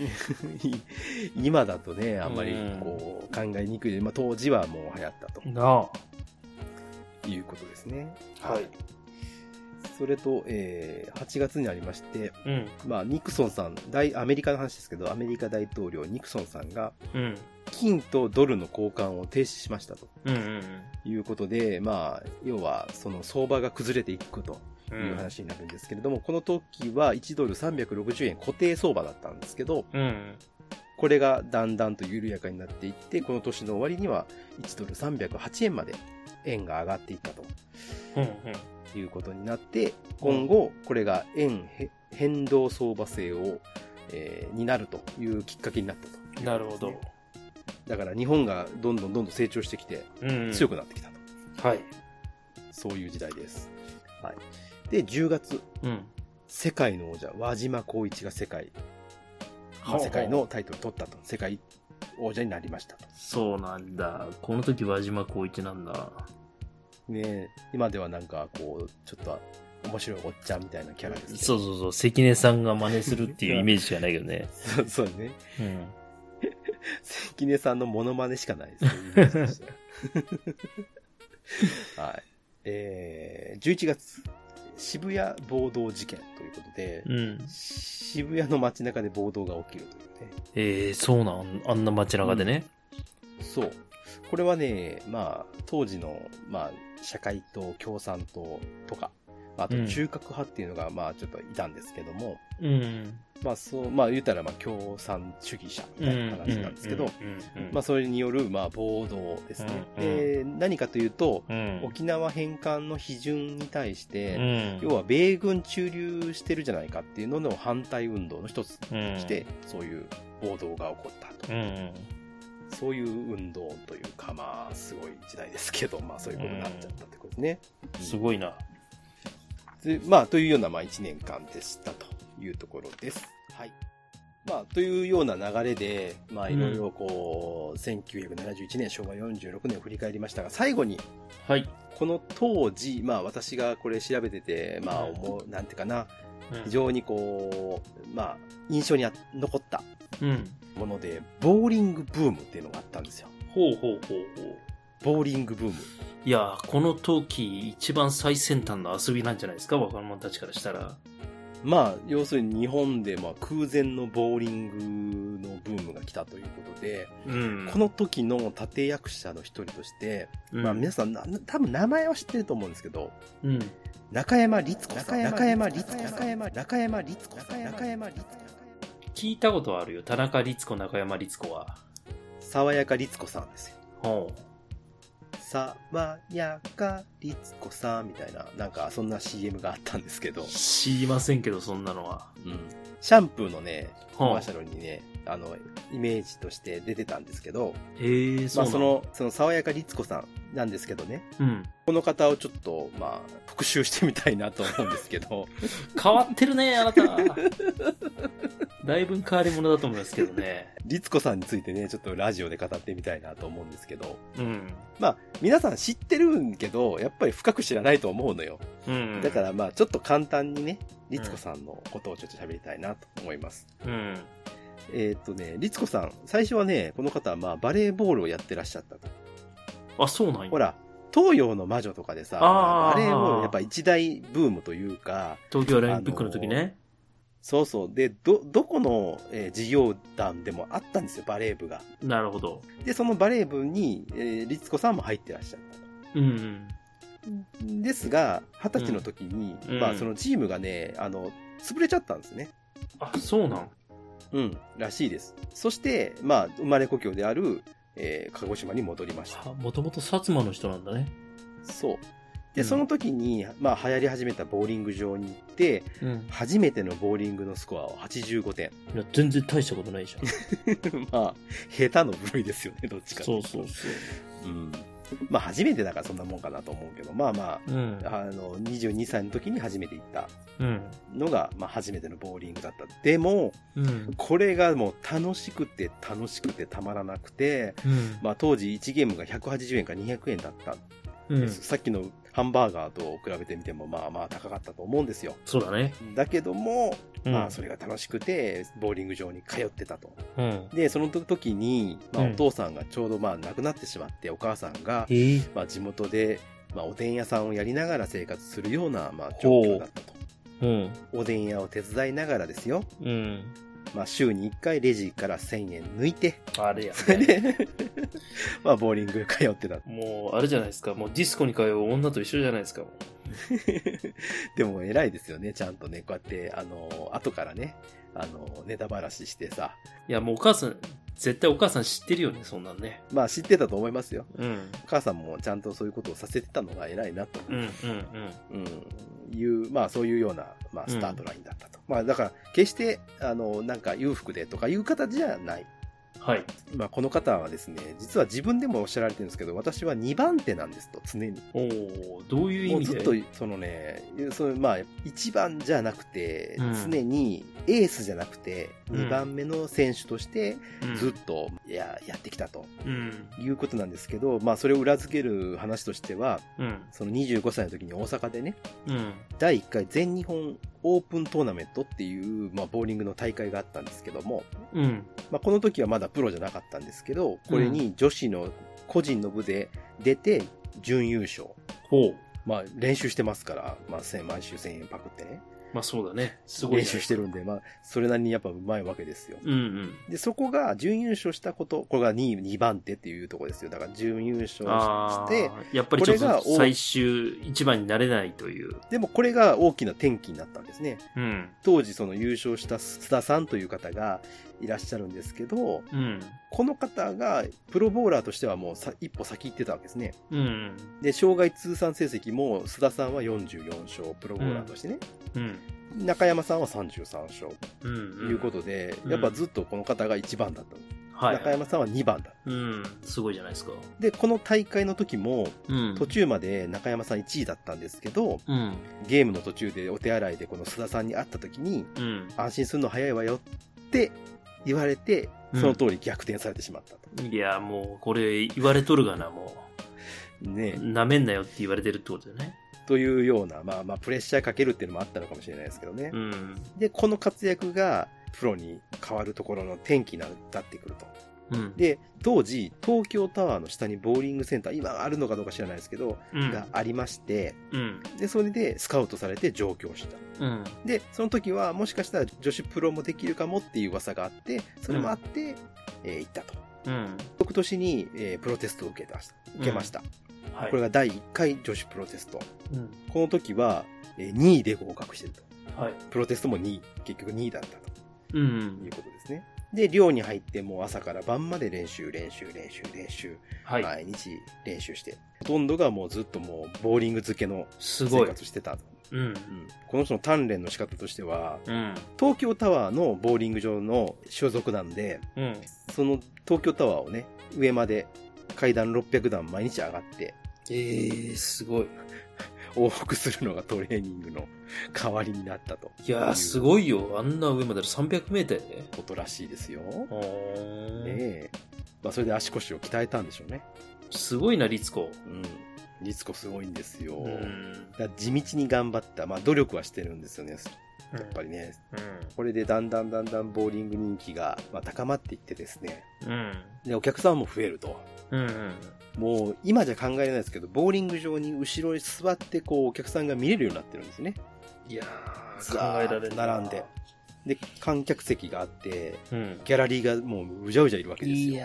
Speaker 3: 今だとね、あんまりこう考えにくい。まあ当時はもう流行ったと。
Speaker 2: な
Speaker 3: あ。いうことですね。
Speaker 2: はい。
Speaker 3: それと、8月にありまして、まあニクソンさん、アメリカの話ですけど、アメリカ大統領ニクソンさんが、金とドルの交換を停止しましたと。いうことで、まあ、要は、その相場が崩れていくという話になるんですけれども、この時は1ドル360円固定相場だったんですけど、これがだんだんと緩やかになっていって、この年の終わりには1ドル308円まで円が上がっていったと。いうことになって、今後、これが円変動相場制を、になるというきっかけになったと。
Speaker 2: なるほど。
Speaker 3: だから日本がどんどん成長してきて、強くなってきたと。
Speaker 2: はい。
Speaker 3: そういう時代です。はい。で、10月。世界の王者、輪島功一が世界のタイトルを取ったと。世界王者になりましたと。
Speaker 2: そうなんだ。この時輪島功一なんだ。
Speaker 3: ね、今ではなんかこうちょっと面白いおっちゃんみたいなキャラですね。
Speaker 2: そう関根さんが真似するっていうイメージしかないけどね。
Speaker 3: そうね。関根さんのモノマネしかないですね。はい。 11月、渋谷暴動事件ということで、
Speaker 2: うん。
Speaker 3: 渋谷の街中で暴動が起きるというね。
Speaker 2: そうなん、あんな街中でね。
Speaker 3: そう。これはね、まあ、当時の、まあ、社会党、共産党とか、あと中核派っていうのが、まあ、ちょっといたんですけども、
Speaker 2: うん。
Speaker 3: まあ、そう、まあ、言ったら、まあ、共産主義者みたいな話なんですけど、まあ、それによる、まあ、暴動ですね。何かというと、沖縄返還の批准に対して、要は、米軍駐留してるじゃないかっていうのの反対運動の一つとして、そういう暴動が起こったと。そういう運動というか、まあ、すごい時代ですけど、まあ、そういうことになっちゃったってことですね。
Speaker 2: すごいな。
Speaker 3: で、まあ、というような、まあ、1年間でしたというところです。はい。まあ、というような流れで、まあ、いろいろこう、1971年、昭和46年を振り返りましたが、最後に、
Speaker 2: はい。
Speaker 3: この当時、まあ、私がこれ調べてて、まあ、なんていうかな、非常にこう、まあ、印象に残ったもので、ボーリングブームっていうのがあったんですよ。
Speaker 2: ほうほうほうほう。
Speaker 3: ボーリングブーム。
Speaker 2: いや、この時一番最先端の遊びなんじゃないですか、若者たちからしたら。
Speaker 3: まあ、要するに日本でまあ空前のボーリングのブームが来たということで、この時の立役者の一人として、まあ皆さん多分名前は知ってると思うんですけど、中山律子さん。
Speaker 2: 聞いたことあるよ。田中律子、中山律子は。
Speaker 3: 爽やか律子さんですよ。
Speaker 2: ほう。
Speaker 3: 爽やか律子さんみたいな、なんかそんな CM があったんですけど。
Speaker 2: 知りませんけど、そんなのは。
Speaker 3: シャンプーのね、コマーシャルにね、イメージとして出てたんですけど。
Speaker 2: そうな
Speaker 3: の。まあ、その爽やか律子さんなんですけどね。この方をちょっと、まあ、復習してみたいなと思うんですけど。
Speaker 2: 変わってるね、あなた。だいぶ変わり者だと思いますけどね。
Speaker 3: 律子さんについてね、ちょっとラジオで語ってみたいなと思うんですけど。まあ、皆さん知ってるんけど、やっぱり深く知らないと思うのよ。だからまあ、ちょっと簡単にね、律子さんのことをちょっと喋りたいなと思います。律子さん、最初はね、この方はまあ、バレーボールをやってらっしゃったと。
Speaker 2: あ、そうなんや。
Speaker 3: ほら、東洋の魔女とかでさ、バレーボールやっぱ一大ブームというか、
Speaker 2: 東京オリンピックの時ね。
Speaker 3: そうそう。で、どこの、事業団でもあったんですよ、バレー部が。
Speaker 2: なるほど。
Speaker 3: で、そのバレー部に、律子さんも入ってらっしゃったと。ですが、20歳の時に、まあ、そのチームがね、潰れちゃったんですね。
Speaker 2: あ、そうなん？
Speaker 3: らしいです。そして、まあ、生まれ故郷である、鹿児島に戻りました。
Speaker 2: もともと薩摩の人なんだね。
Speaker 3: そう。で、その時に、まあ、流行り始めたボーリング場に行って、初めてのボーリングのスコアを85点。
Speaker 2: いや、全然大したことないじゃん。
Speaker 3: まあ、下手の部類ですよね、どっちか。
Speaker 2: そうそうそう。
Speaker 3: まあ、初めてだからそんなもんかなと思うけど、まあまあ、22歳の時に初めて行ったのが、まあ、初めてのボーリングだった。でも、これがもう楽しくてたまらなくて、まあ、当時1ゲームが180円か200円だった。さっきのハンバーガーと比べてみてもまあまあ高かったと思うんですよ。
Speaker 2: そうだね。
Speaker 3: だけども、まあそれが楽しくて、ボーリング場に通ってたと。で、その時に、まあ、お父さんがちょうどまあ亡くなってしまって、お母さんが、まあ地元で、まあおでん屋さんをやりながら生活するような、まあ状況だったと。おでん屋を手伝いながらですよ。まあ週に1回レジから1000円抜いて、
Speaker 2: あれや、ね。
Speaker 3: それで、まあボーリング通ってた。
Speaker 2: もう、あれじゃないですか。もうディスコに通う女と一緒じゃないですか。
Speaker 3: でも偉いですよね。ちゃんとね、こうやって、後からね、ネタばらししてさ。
Speaker 2: いや、もうお母さん、絶対お母さん知ってるよね、そんなんね。
Speaker 3: まあ知ってたと思いますよ。お母さんもちゃんとそういうことをさせてたのが偉いなと。まあそういうような、まあスタートラインだったと。まあだから、決して、なんか裕福でとかいう形じゃない。
Speaker 2: はい。
Speaker 3: まあこの方はですね、実は自分でもおっしゃられてるんですけど、私は2番手なんですと、常に。
Speaker 2: どういう意味で？
Speaker 3: もうずっと、そのね、まあ1番じゃなくて、常にエースじゃなくて、2番目の選手としてずっとやってきたと、いうことなんですけど、まあそれを裏付ける話としては、その25歳の時に大阪でね、第1回全日本オープントーナメントっていう、まあ、ボーリングの大会があったんですけども、まあ、この時はまだプロじゃなかったんですけど、これに女子の個人の部で出て準優勝。 まあ練習してますから、まあ毎週1000円パクってね。
Speaker 2: まあそうだね。すごい。
Speaker 3: 練習してるんで、まあ、それなりにやっぱ上手いわけですよ。
Speaker 2: うんうん。
Speaker 3: で、そこが準優勝したこと、これが2番手っていうところですよ。だから準優勝して、
Speaker 2: やっぱりちょっと最終一番になれないという。
Speaker 3: でもこれが大きな転機になったんですね。
Speaker 2: うん。
Speaker 3: 当時その優勝した須田さんという方がいらっしゃるんですけど、
Speaker 2: うん、
Speaker 3: この方がプロボーラーとしてはもう一歩先行ってたわけですね。
Speaker 2: うん。で、
Speaker 3: 生涯通算成績も須田さんは44勝、プロボーラーとしてね。うん、中山さんは33勝ということで、やっぱずっとこの方が1番だったの。はい、中山さんは2番だ。
Speaker 2: うん。すごいじゃないですか。
Speaker 3: で、この大会の時も、途中まで中山さん1位だったんですけど、ゲームの途中でお手洗いでこの須田さんに会った時に、安心するの早いわよって言われて、その通り逆転されてしまったと。
Speaker 2: いや、もうこれ言われとるがな、もう。ねえ。舐めんなよって言われてるってことだよね。
Speaker 3: というような、まあプレッシャーかけるっていうのもあったのかもしれないですけどね。で、この活躍がプロに変わるところの転機になってくると。で、当時、東京タワーの下にボーリングセンター、今あるのかどうか知らないですけど、がありまして、で、それでスカウトされて上京した。で、その時はもしかしたら女子プロもできるかもっていう噂があって、それもあって、行ったと。翌年に、プロテストを受けました。はい、これが第1回女子プロテスト。この時は、2位で合格してると。はい、プロテストも2位。結局2位だったと。いうことですね。で、寮に入ってもう朝から晩まで練習。はい、毎日練習して。ほとんどがもうずっともうボーリング漬けの生活してたと。この人の鍛錬の仕方としては、東京タワーのボーリング場の所属なんで、その東京タワーをね、上まで階段600段毎日上がって、
Speaker 2: すごい。
Speaker 3: 往復するのがトレーニングの代わりになったと。
Speaker 2: いやー、すごいよ。あんな上まで300メーターやで。
Speaker 3: ことらしいですよ。ねえ。まあ、それで足腰を鍛えたんでしょうね。
Speaker 2: すごいな、律子。
Speaker 3: 律子すごいんですよ。だ地道に頑張った。まあ、努力はしてるんですよね。やっぱりね。これでだんだんボーリング人気が高まっていってですね。で、お客さんも増えると。もう今じゃ考えられないですけど、ボーリング場に後ろに座ってこうお客さんが見れるようになってるんですね。
Speaker 2: いやー、考えられない。
Speaker 3: 並んで。で、観客席があって、ギャラリーがもううじゃうじゃいるわけですよ。
Speaker 2: いや、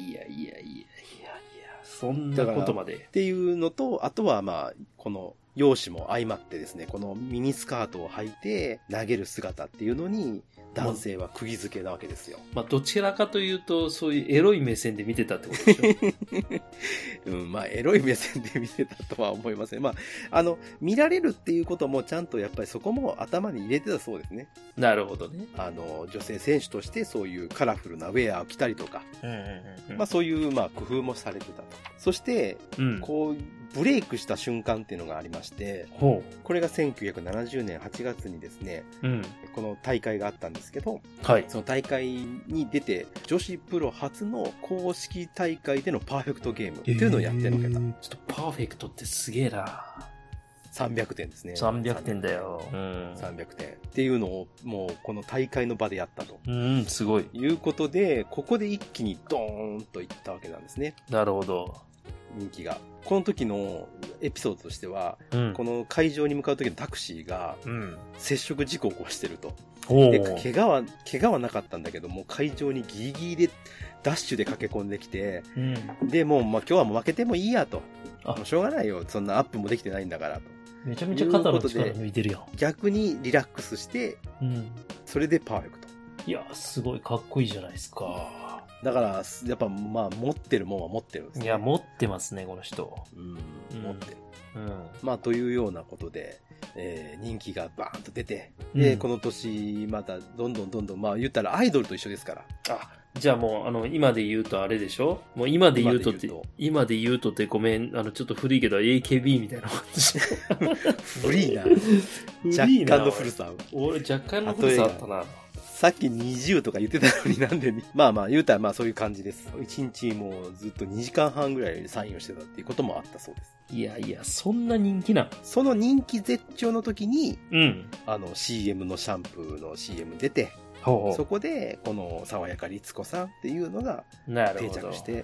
Speaker 2: そんなことまで。
Speaker 3: っていうのと、あとはまあ、この容姿も相まってですね、このミニスカートを履いて投げる姿っていうのに、男性は釘付けなわけですよ。
Speaker 2: まあ、どちらかというと、そういうエロい目線で見てたってことでしょ
Speaker 3: まあ、エロい目線で見てたとは思いません。まあ、見られるっていうこともちゃんとやっぱりそこも頭に入れてたそうですね。なるほどね。女性選手としてそういうカラフルなウェアを着たりとか、まあそういうまあ工夫もされてたと。そして、こう、ブレイクした瞬間っていうのがありまして、これが1970年8月にですね、この大会があったんですけど、その大会に出て、女子プロ初の公式大会でのパーフェクトゲームっていうのをやってのけた。
Speaker 2: ちょっとパーフェクトってすげえな。
Speaker 3: 300点ですね。
Speaker 2: 300点だよ。
Speaker 3: 300点。っていうのをもうこの大会の場でやったと。
Speaker 2: すごい。
Speaker 3: いうことで、ここで一気にドーンといったわけなんですね。
Speaker 2: なるほど。
Speaker 3: 人気が。この時のエピソードとしては、この会場に向かう時のタクシーが、接触事故を起こしてると。で、怪我はなかったんだけども、会場にギリギリでダッシュで駆け込んできて、で、もう、まあ、今日はもう負けてもいいやと。もうしょうがないよ。そんなアップもできてないんだからと。
Speaker 2: めちゃめちゃ肩の力抜いてるやん。
Speaker 3: 逆にリラックスして、それでパーフェクト。
Speaker 2: いや、すごいかっこいいじゃないですか。
Speaker 3: だから、やっぱ、まあ、持ってるもんは持ってるんですね。
Speaker 2: いや、持ってますね、この人。
Speaker 3: 持ってる。まあ、というようなことで、人気がバーンと出て、で、この年、また、どんどん、まあ、言ったらアイドルと一緒ですから。
Speaker 2: じゃあもう、今で言うとあれでしょ？もう今で言うとってごめん、ちょっと古いけど AKB みたいな感じ。
Speaker 3: 古いな。若干の古さ。
Speaker 2: 俺若干の古さあったな。
Speaker 3: さっき20とか言ってたのになんでまあ言うたらまあそういう感じです。1日もうずっと2時間半ぐらいサインをしてたっていうこともあったそうです。
Speaker 2: いや、そんな人気な。
Speaker 3: その人気絶頂の時に、CM のシャンプーの CM 出て、そこでこの爽やか律子さんっていうのが定着して、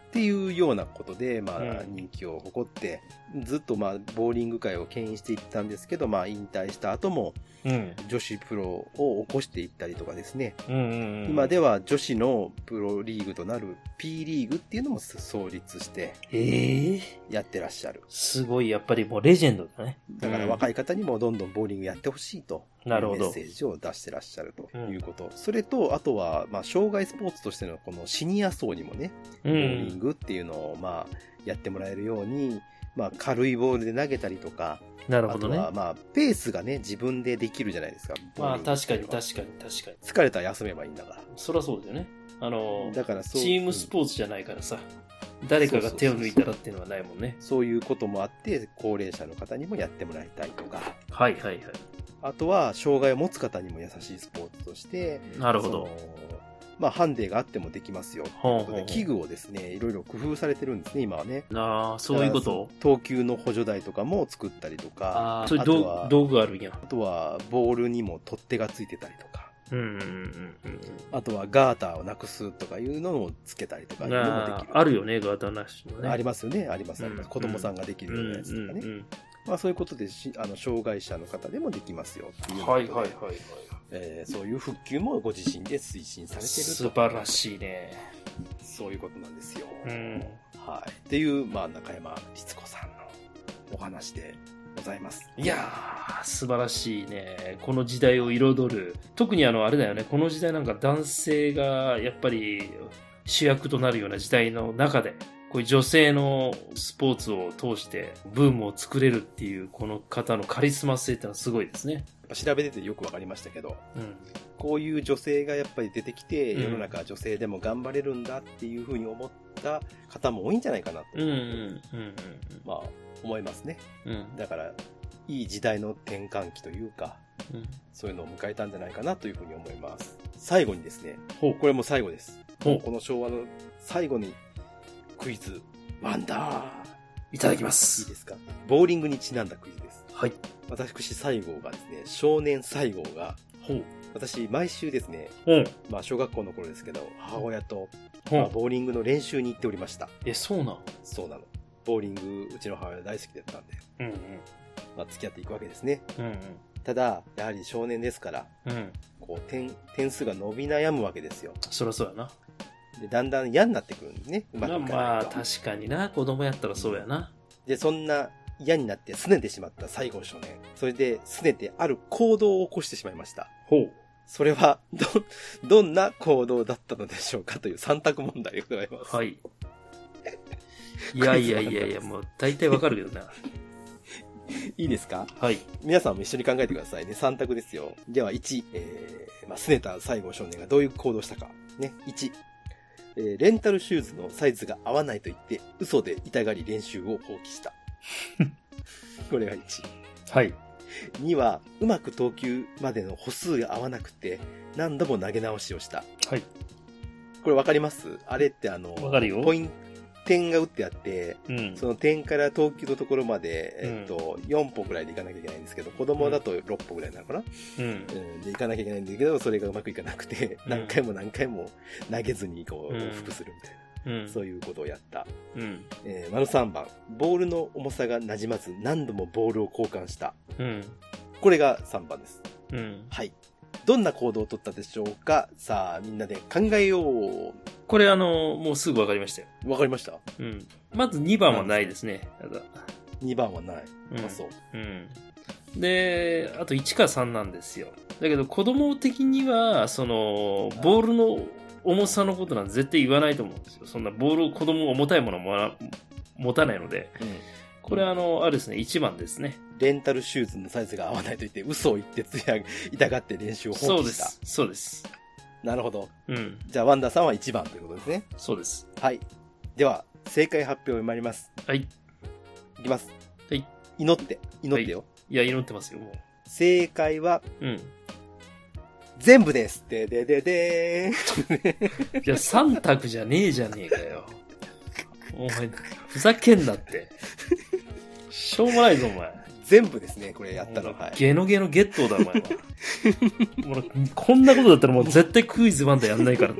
Speaker 3: っていうようなことで、まあ、
Speaker 2: うん
Speaker 3: 人気を誇って、ずっとまあ、ボーリング界を牽引していったんですけど、まあ、引退した後も、
Speaker 2: うん。
Speaker 3: 女子プロを起こしていったりとかですね、
Speaker 2: うんうんうん。
Speaker 3: 今では女子のプロリーグとなる P リーグっていうのも創立してやってらっしゃる。
Speaker 2: すごい、やっぱりもうレジェンドだね。
Speaker 3: だから若い方にもどんどんボーリングやってほしいと、
Speaker 2: なるほど
Speaker 3: メッセージを出してらっしゃるということ。それと、あとは、まあ、障害スポーツとしてのこのシニア層にもね、
Speaker 2: う
Speaker 3: ボーリン
Speaker 2: ん。
Speaker 3: グっていうのを、まあ、やってもらえるように、まあ、軽いボールで投げたりとか、
Speaker 2: なるほどね。
Speaker 3: あとは、まあ、ペースがね、自分でできるじゃないですか。
Speaker 2: まあ、
Speaker 3: ボーリングって
Speaker 2: 確かに
Speaker 3: いうのは
Speaker 2: 確かに確かに。
Speaker 3: 疲れたら休めばいいんだから。
Speaker 2: そりゃそうだよね。
Speaker 3: だからそう、
Speaker 2: チームスポーツじゃないからさ、誰かが手を抜いたらっていうのはないもんね。
Speaker 3: そういうこともあって、高齢者の方にもやってもらいたいとか、
Speaker 2: はいはいはい。
Speaker 3: あとは、障害を持つ方にも優しいスポーツとして、
Speaker 2: なるほど。
Speaker 3: そのまあ、ハンデがあってもできますよ。
Speaker 2: ほうほうほう
Speaker 3: ということで器具をですね、いろいろ工夫されてるんですね、今はね。
Speaker 2: ああ、そういうこと
Speaker 3: 投球の補助台とかも作ったりとか、
Speaker 2: ああ、それ
Speaker 3: あとは
Speaker 2: 道具があるんや。
Speaker 3: あとは、ボールにも取っ手がついてたりとか、
Speaker 2: うんうんうんうん
Speaker 3: あとはガーターをなくすとかいうのをつけたりとかいうのもできる。
Speaker 2: あるよね、ガーターなしのね。
Speaker 3: ありますよね、あります、あります。
Speaker 2: うん
Speaker 3: 子供さんができるようなやつとかね。
Speaker 2: うんうん
Speaker 3: まあそういうことで障害者の方でもできますよっていう
Speaker 2: うん。
Speaker 3: ようなことで
Speaker 2: はいはいはいはい。
Speaker 3: そういう復旧もご自身で推進されてる
Speaker 2: 素晴らしいね。
Speaker 3: そういうことなんですよ。
Speaker 2: うん。
Speaker 3: はい。っていう、まあ中山律子さんのお話でございます。
Speaker 2: いやー、素晴らしいね。この時代を彩る。特にあれだよね、この時代なんか男性がやっぱり主役となるような時代の中で、こういう女性のスポーツを通してブームを作れるっていうこの方のカリスマ性ってのはすごいですね。
Speaker 3: 調べててよくわかりましたけど、
Speaker 2: うん。
Speaker 3: こういう女性がやっぱり出てきて、
Speaker 2: うん
Speaker 3: 世の中女性でも頑張れるんだっていうふうに思った方も多いんじゃないかなと、
Speaker 2: うんうんうん
Speaker 3: まあ思いますね。
Speaker 2: うんうん。
Speaker 3: だからいい時代の転換期というか、
Speaker 2: うん。
Speaker 3: そういうのを迎えたんじゃないかなというふうに思います。最後にですね、
Speaker 2: ほう。
Speaker 3: これも最後です。
Speaker 2: ほう。
Speaker 3: この昭和の最後にクイズワンダー。
Speaker 2: いただきま
Speaker 3: いい
Speaker 2: す。
Speaker 3: ですか？ボーリングにちなんだクイズです。
Speaker 2: はい。
Speaker 3: 私、西郷がですね、少年西郷が、
Speaker 2: ほう。
Speaker 3: 私、毎週ですね、
Speaker 2: ほう。
Speaker 3: まあ、小学校の頃ですけど、母親と、
Speaker 2: ほう。
Speaker 3: まあボーリングの練習に行っておりました。
Speaker 2: そうなん？
Speaker 3: そうなの。ボーリング、うちの母親大好きだったんで、
Speaker 2: うんうん。
Speaker 3: まあ、付き合っていくわけですね。
Speaker 2: うん
Speaker 3: ただ、やはり少年ですから、
Speaker 2: うん。うん。
Speaker 3: こう、点数が伸び悩むわけですよ。
Speaker 2: そりゃそうやな。
Speaker 3: で、だんだん嫌になってくるんですね。うまくいか
Speaker 2: まあ、
Speaker 3: ないと。
Speaker 2: 確かにな。子供やったらそうやな。
Speaker 3: で、そんな嫌になって拗ねてしまった西郷少年。それで、拗ねてある行動を起こしてしまいました。
Speaker 2: ほう。
Speaker 3: それは、どんな行動だったのでしょうかという3択問題でございます。
Speaker 2: はい。いやいやいやいや、もう大体わかるけどな。
Speaker 3: いいですか？
Speaker 2: はい。
Speaker 3: 皆さんも一緒に考えてくださいね。3択ですよ。では1、まあ、拗ねた西郷少年がどういう行動をしたか。ね。1、レンタルシューズのサイズが合わないと言って、嘘で痛がり練習を放棄した。これが1。
Speaker 2: はい。
Speaker 3: 2は、うまく投球までの歩数が合わなくて、何度も投げ直しをした。
Speaker 2: はい。
Speaker 3: これわかります？あれって
Speaker 2: わかるよ。
Speaker 3: 点が打ってあって、
Speaker 2: うん。
Speaker 3: その点から投球のところまで、
Speaker 2: うん
Speaker 3: 4歩ぐらいで行かなきゃいけないんですけど、子供だと6歩ぐらいなのかな、
Speaker 2: うん。
Speaker 3: で、行かなきゃいけないんだけど、それがうまくいかなくて、
Speaker 2: うん
Speaker 3: 何回も何回も投げずにこう、
Speaker 2: うん
Speaker 3: 往復するみたいな、
Speaker 2: うん。
Speaker 3: そういうことをやった。
Speaker 2: うん。
Speaker 3: 丸3番、ボールの重さが馴染まず何度もボールを交換した。
Speaker 2: うん。
Speaker 3: これが3番です。
Speaker 2: うん。
Speaker 3: はい。どんな行動を取ったでしょうか？さあ、みんなで考えよう。
Speaker 2: これもうすぐわかりましたよ。
Speaker 3: わかりました？
Speaker 2: うん。まず2番はないですね。ただ。
Speaker 3: 2番はない。
Speaker 2: うん
Speaker 3: あ、そう。
Speaker 2: うん。で、あと1か3なんですよ。だけど子供的には、ボールの重さのことなんて絶対言わないと思うんですよ。そんなボールを子供重たいものも持たないので。これあれですね、1番ですね。
Speaker 3: レンタルシューズのサイズが合わないと言って嘘を言って痛がって練習を放棄した。
Speaker 2: そうです。そうです。
Speaker 3: なるほど。
Speaker 2: うん。
Speaker 3: じゃあワンダーさんは1番ということですね。
Speaker 2: そうです。
Speaker 3: はい。では、正解発表に参ります。
Speaker 2: はい。
Speaker 3: いきます。
Speaker 2: はい。
Speaker 3: 祈ってよ。
Speaker 2: いや、祈ってますよ、も
Speaker 3: 正解は、
Speaker 2: う。うん。
Speaker 3: 全部です。ででででーん。
Speaker 2: いや、3択じゃねえじゃねえかよ。お前、ふざけんなって。しょうもないぞ、お前。
Speaker 3: 全部ですね、これやったの。はい。
Speaker 2: ゲノゲノゲットだ、お前は。もうこんなことだったらもう絶対クイズワンダやんないからな。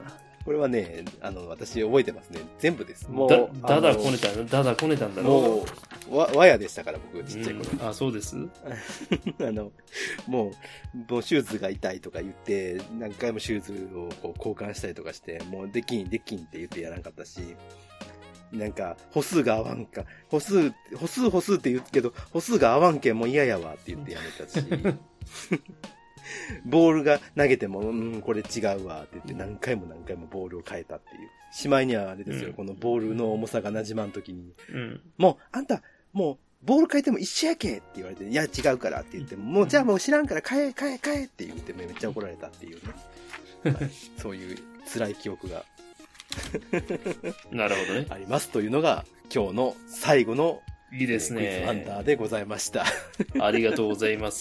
Speaker 3: これはね、私覚えてますね。全部です。もう、
Speaker 2: だだこねたんだろ
Speaker 3: もう、和屋でしたから、僕、ちっちゃい頃。
Speaker 2: あ、そうです。
Speaker 3: もうシューズが痛いとか言って、何回もシューズをこう交換したりとかして、もうできんって言ってやらなかったし、なんか、歩数が合わんか、歩数って言うけど、歩数が合わんけんもう嫌やわって言ってやめたし、ボールが投げても、これ違うわって言って何回もボールを変えたっていう。しまいにはあれですよ、このボールの重さがなじまんときに、もう、あんた、もう、ボール変えても一緒やけって言われて、いや違うからって言っても、もうじゃあもう知らんから変えって言ってめっちゃ怒られたっていうね。はい、そういう辛い記憶が。
Speaker 2: なるほどね。
Speaker 3: ありますというのが、今日の最後の、
Speaker 2: いいですね。
Speaker 3: クイズハンターでございました。
Speaker 2: ありがとうございます。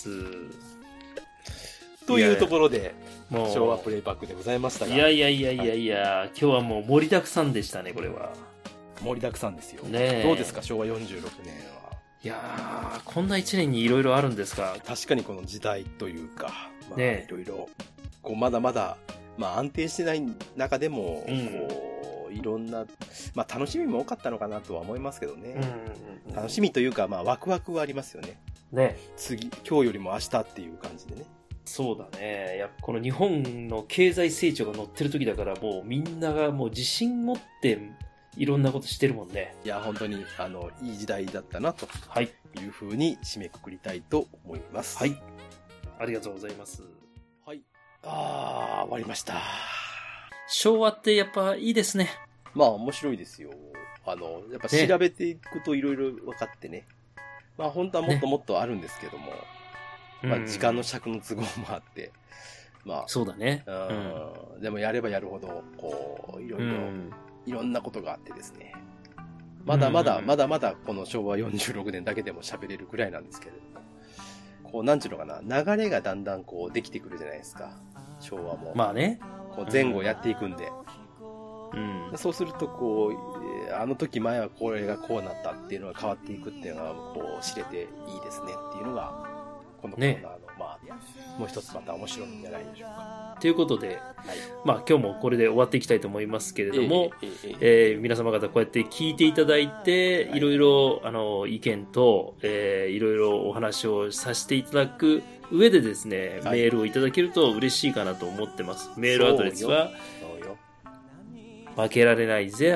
Speaker 3: というところで、
Speaker 2: もう
Speaker 3: 昭和プレイバックでございましたが。
Speaker 2: いや、今日はもう盛りだくさんでしたね、これは。
Speaker 3: 盛りだくさんですよ。
Speaker 2: ねえ。
Speaker 3: どうですか、昭和46年は。
Speaker 2: いやー、こんな一年にいろいろあるんですか。
Speaker 3: 確かにこの時代というか、まあ、
Speaker 2: ねえ、
Speaker 3: いろいろ、こう、まだまだ、まあ安定してない中でも、こう、いろんな、まあ楽しみも多かったのかなとは思いますけどね。楽しみというか、まあワクワクはありますよね。
Speaker 2: ね。
Speaker 3: 今日よりも明日っていう感じでね。
Speaker 2: そうだね。やっぱこの日本の経済成長が乗ってる時だから、もうみんながもう自信持っていろんなことしてるもんね。
Speaker 3: いや、本当に、いい時代だったな、というふうに締めくくりたいと思います。
Speaker 2: はい。ありがとうございます。
Speaker 3: はい。終わりました。
Speaker 2: 昭和ってやっぱいいですね。
Speaker 3: まあ面白いですよ。やっぱ調べていくといろいろ分かってね。まあ本当はもっともっとあるんですけども、まあ時間の尺の都合もあって、まあ。
Speaker 2: そうだね。
Speaker 3: でもやればやるほど、こう、いろんなことがあってですね。まだまだこの昭和46年だけでも喋れるくらいなんですけれども。こう、なんちゅうのかな、流れがだんだんこうできてくるじゃないですか。昭和も。
Speaker 2: まあね。
Speaker 3: こう前後やっていくんで。そうするとこう、あの時前はこれがこうなったっていうのが変わっていくっていうのがこう知れていいですねっていうのが、このコーナーの、まあ、もう一つまた面白いんじゃないでしょうか。
Speaker 2: ということで、まあ今日もこれで終わっていきたいと思いますけれども、皆様方こうやって聞いていただいて、いろいろ意見と、いろいろお話をさせていただく上でですね、メールをいただけると嬉しいかなと思ってます。メールアドレスは、負けられないぜ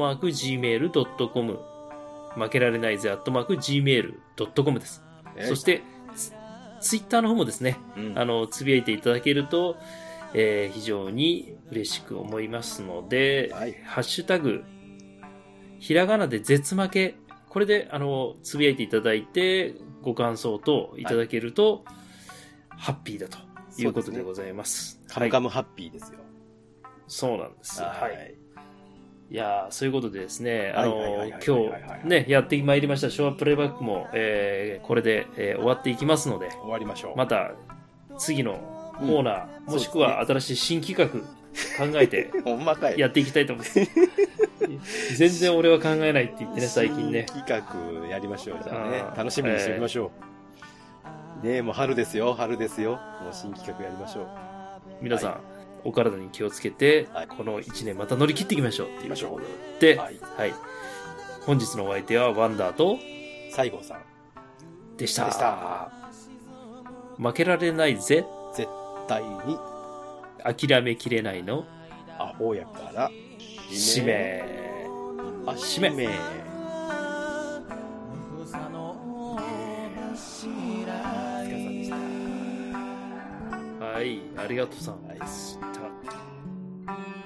Speaker 2: @gmail.com 負けられないぜ@gmail.com です。そしてツイッターの方もですね、つぶやいていただけると、非常に嬉しく思いますので、ハッシュタグひらがなで絶負け、これでつぶやいていただいてご感想といただけると、ハッピーだということでございます。
Speaker 3: カムカムハッピーですよ。
Speaker 2: そうなんです。はい。いやー、そういうことでですね、今日ね、やってまいりました昭和プレイバックも、これで、終わっていきますので、
Speaker 3: 終わりましょう。
Speaker 2: また次のコーナー、もしくは新しい新企画考えてやっていきたいと思います。全然俺は考えないって言ってね、最近ね。
Speaker 3: 新企画やりましょう。じゃあね、楽しみにしておきましょう。ねえ、もう春ですよ。もう新企画やりましょう。
Speaker 2: 皆さん、お体に気をつけて、この1年また乗り切っていきましょうっていうことで、本日のお相手はワンダーと
Speaker 3: 西郷さん
Speaker 2: でした。負けられないぜ、
Speaker 3: 絶対に
Speaker 2: 諦めきれないの
Speaker 3: アホやから
Speaker 2: 使命。はい、ありがとうさんでした。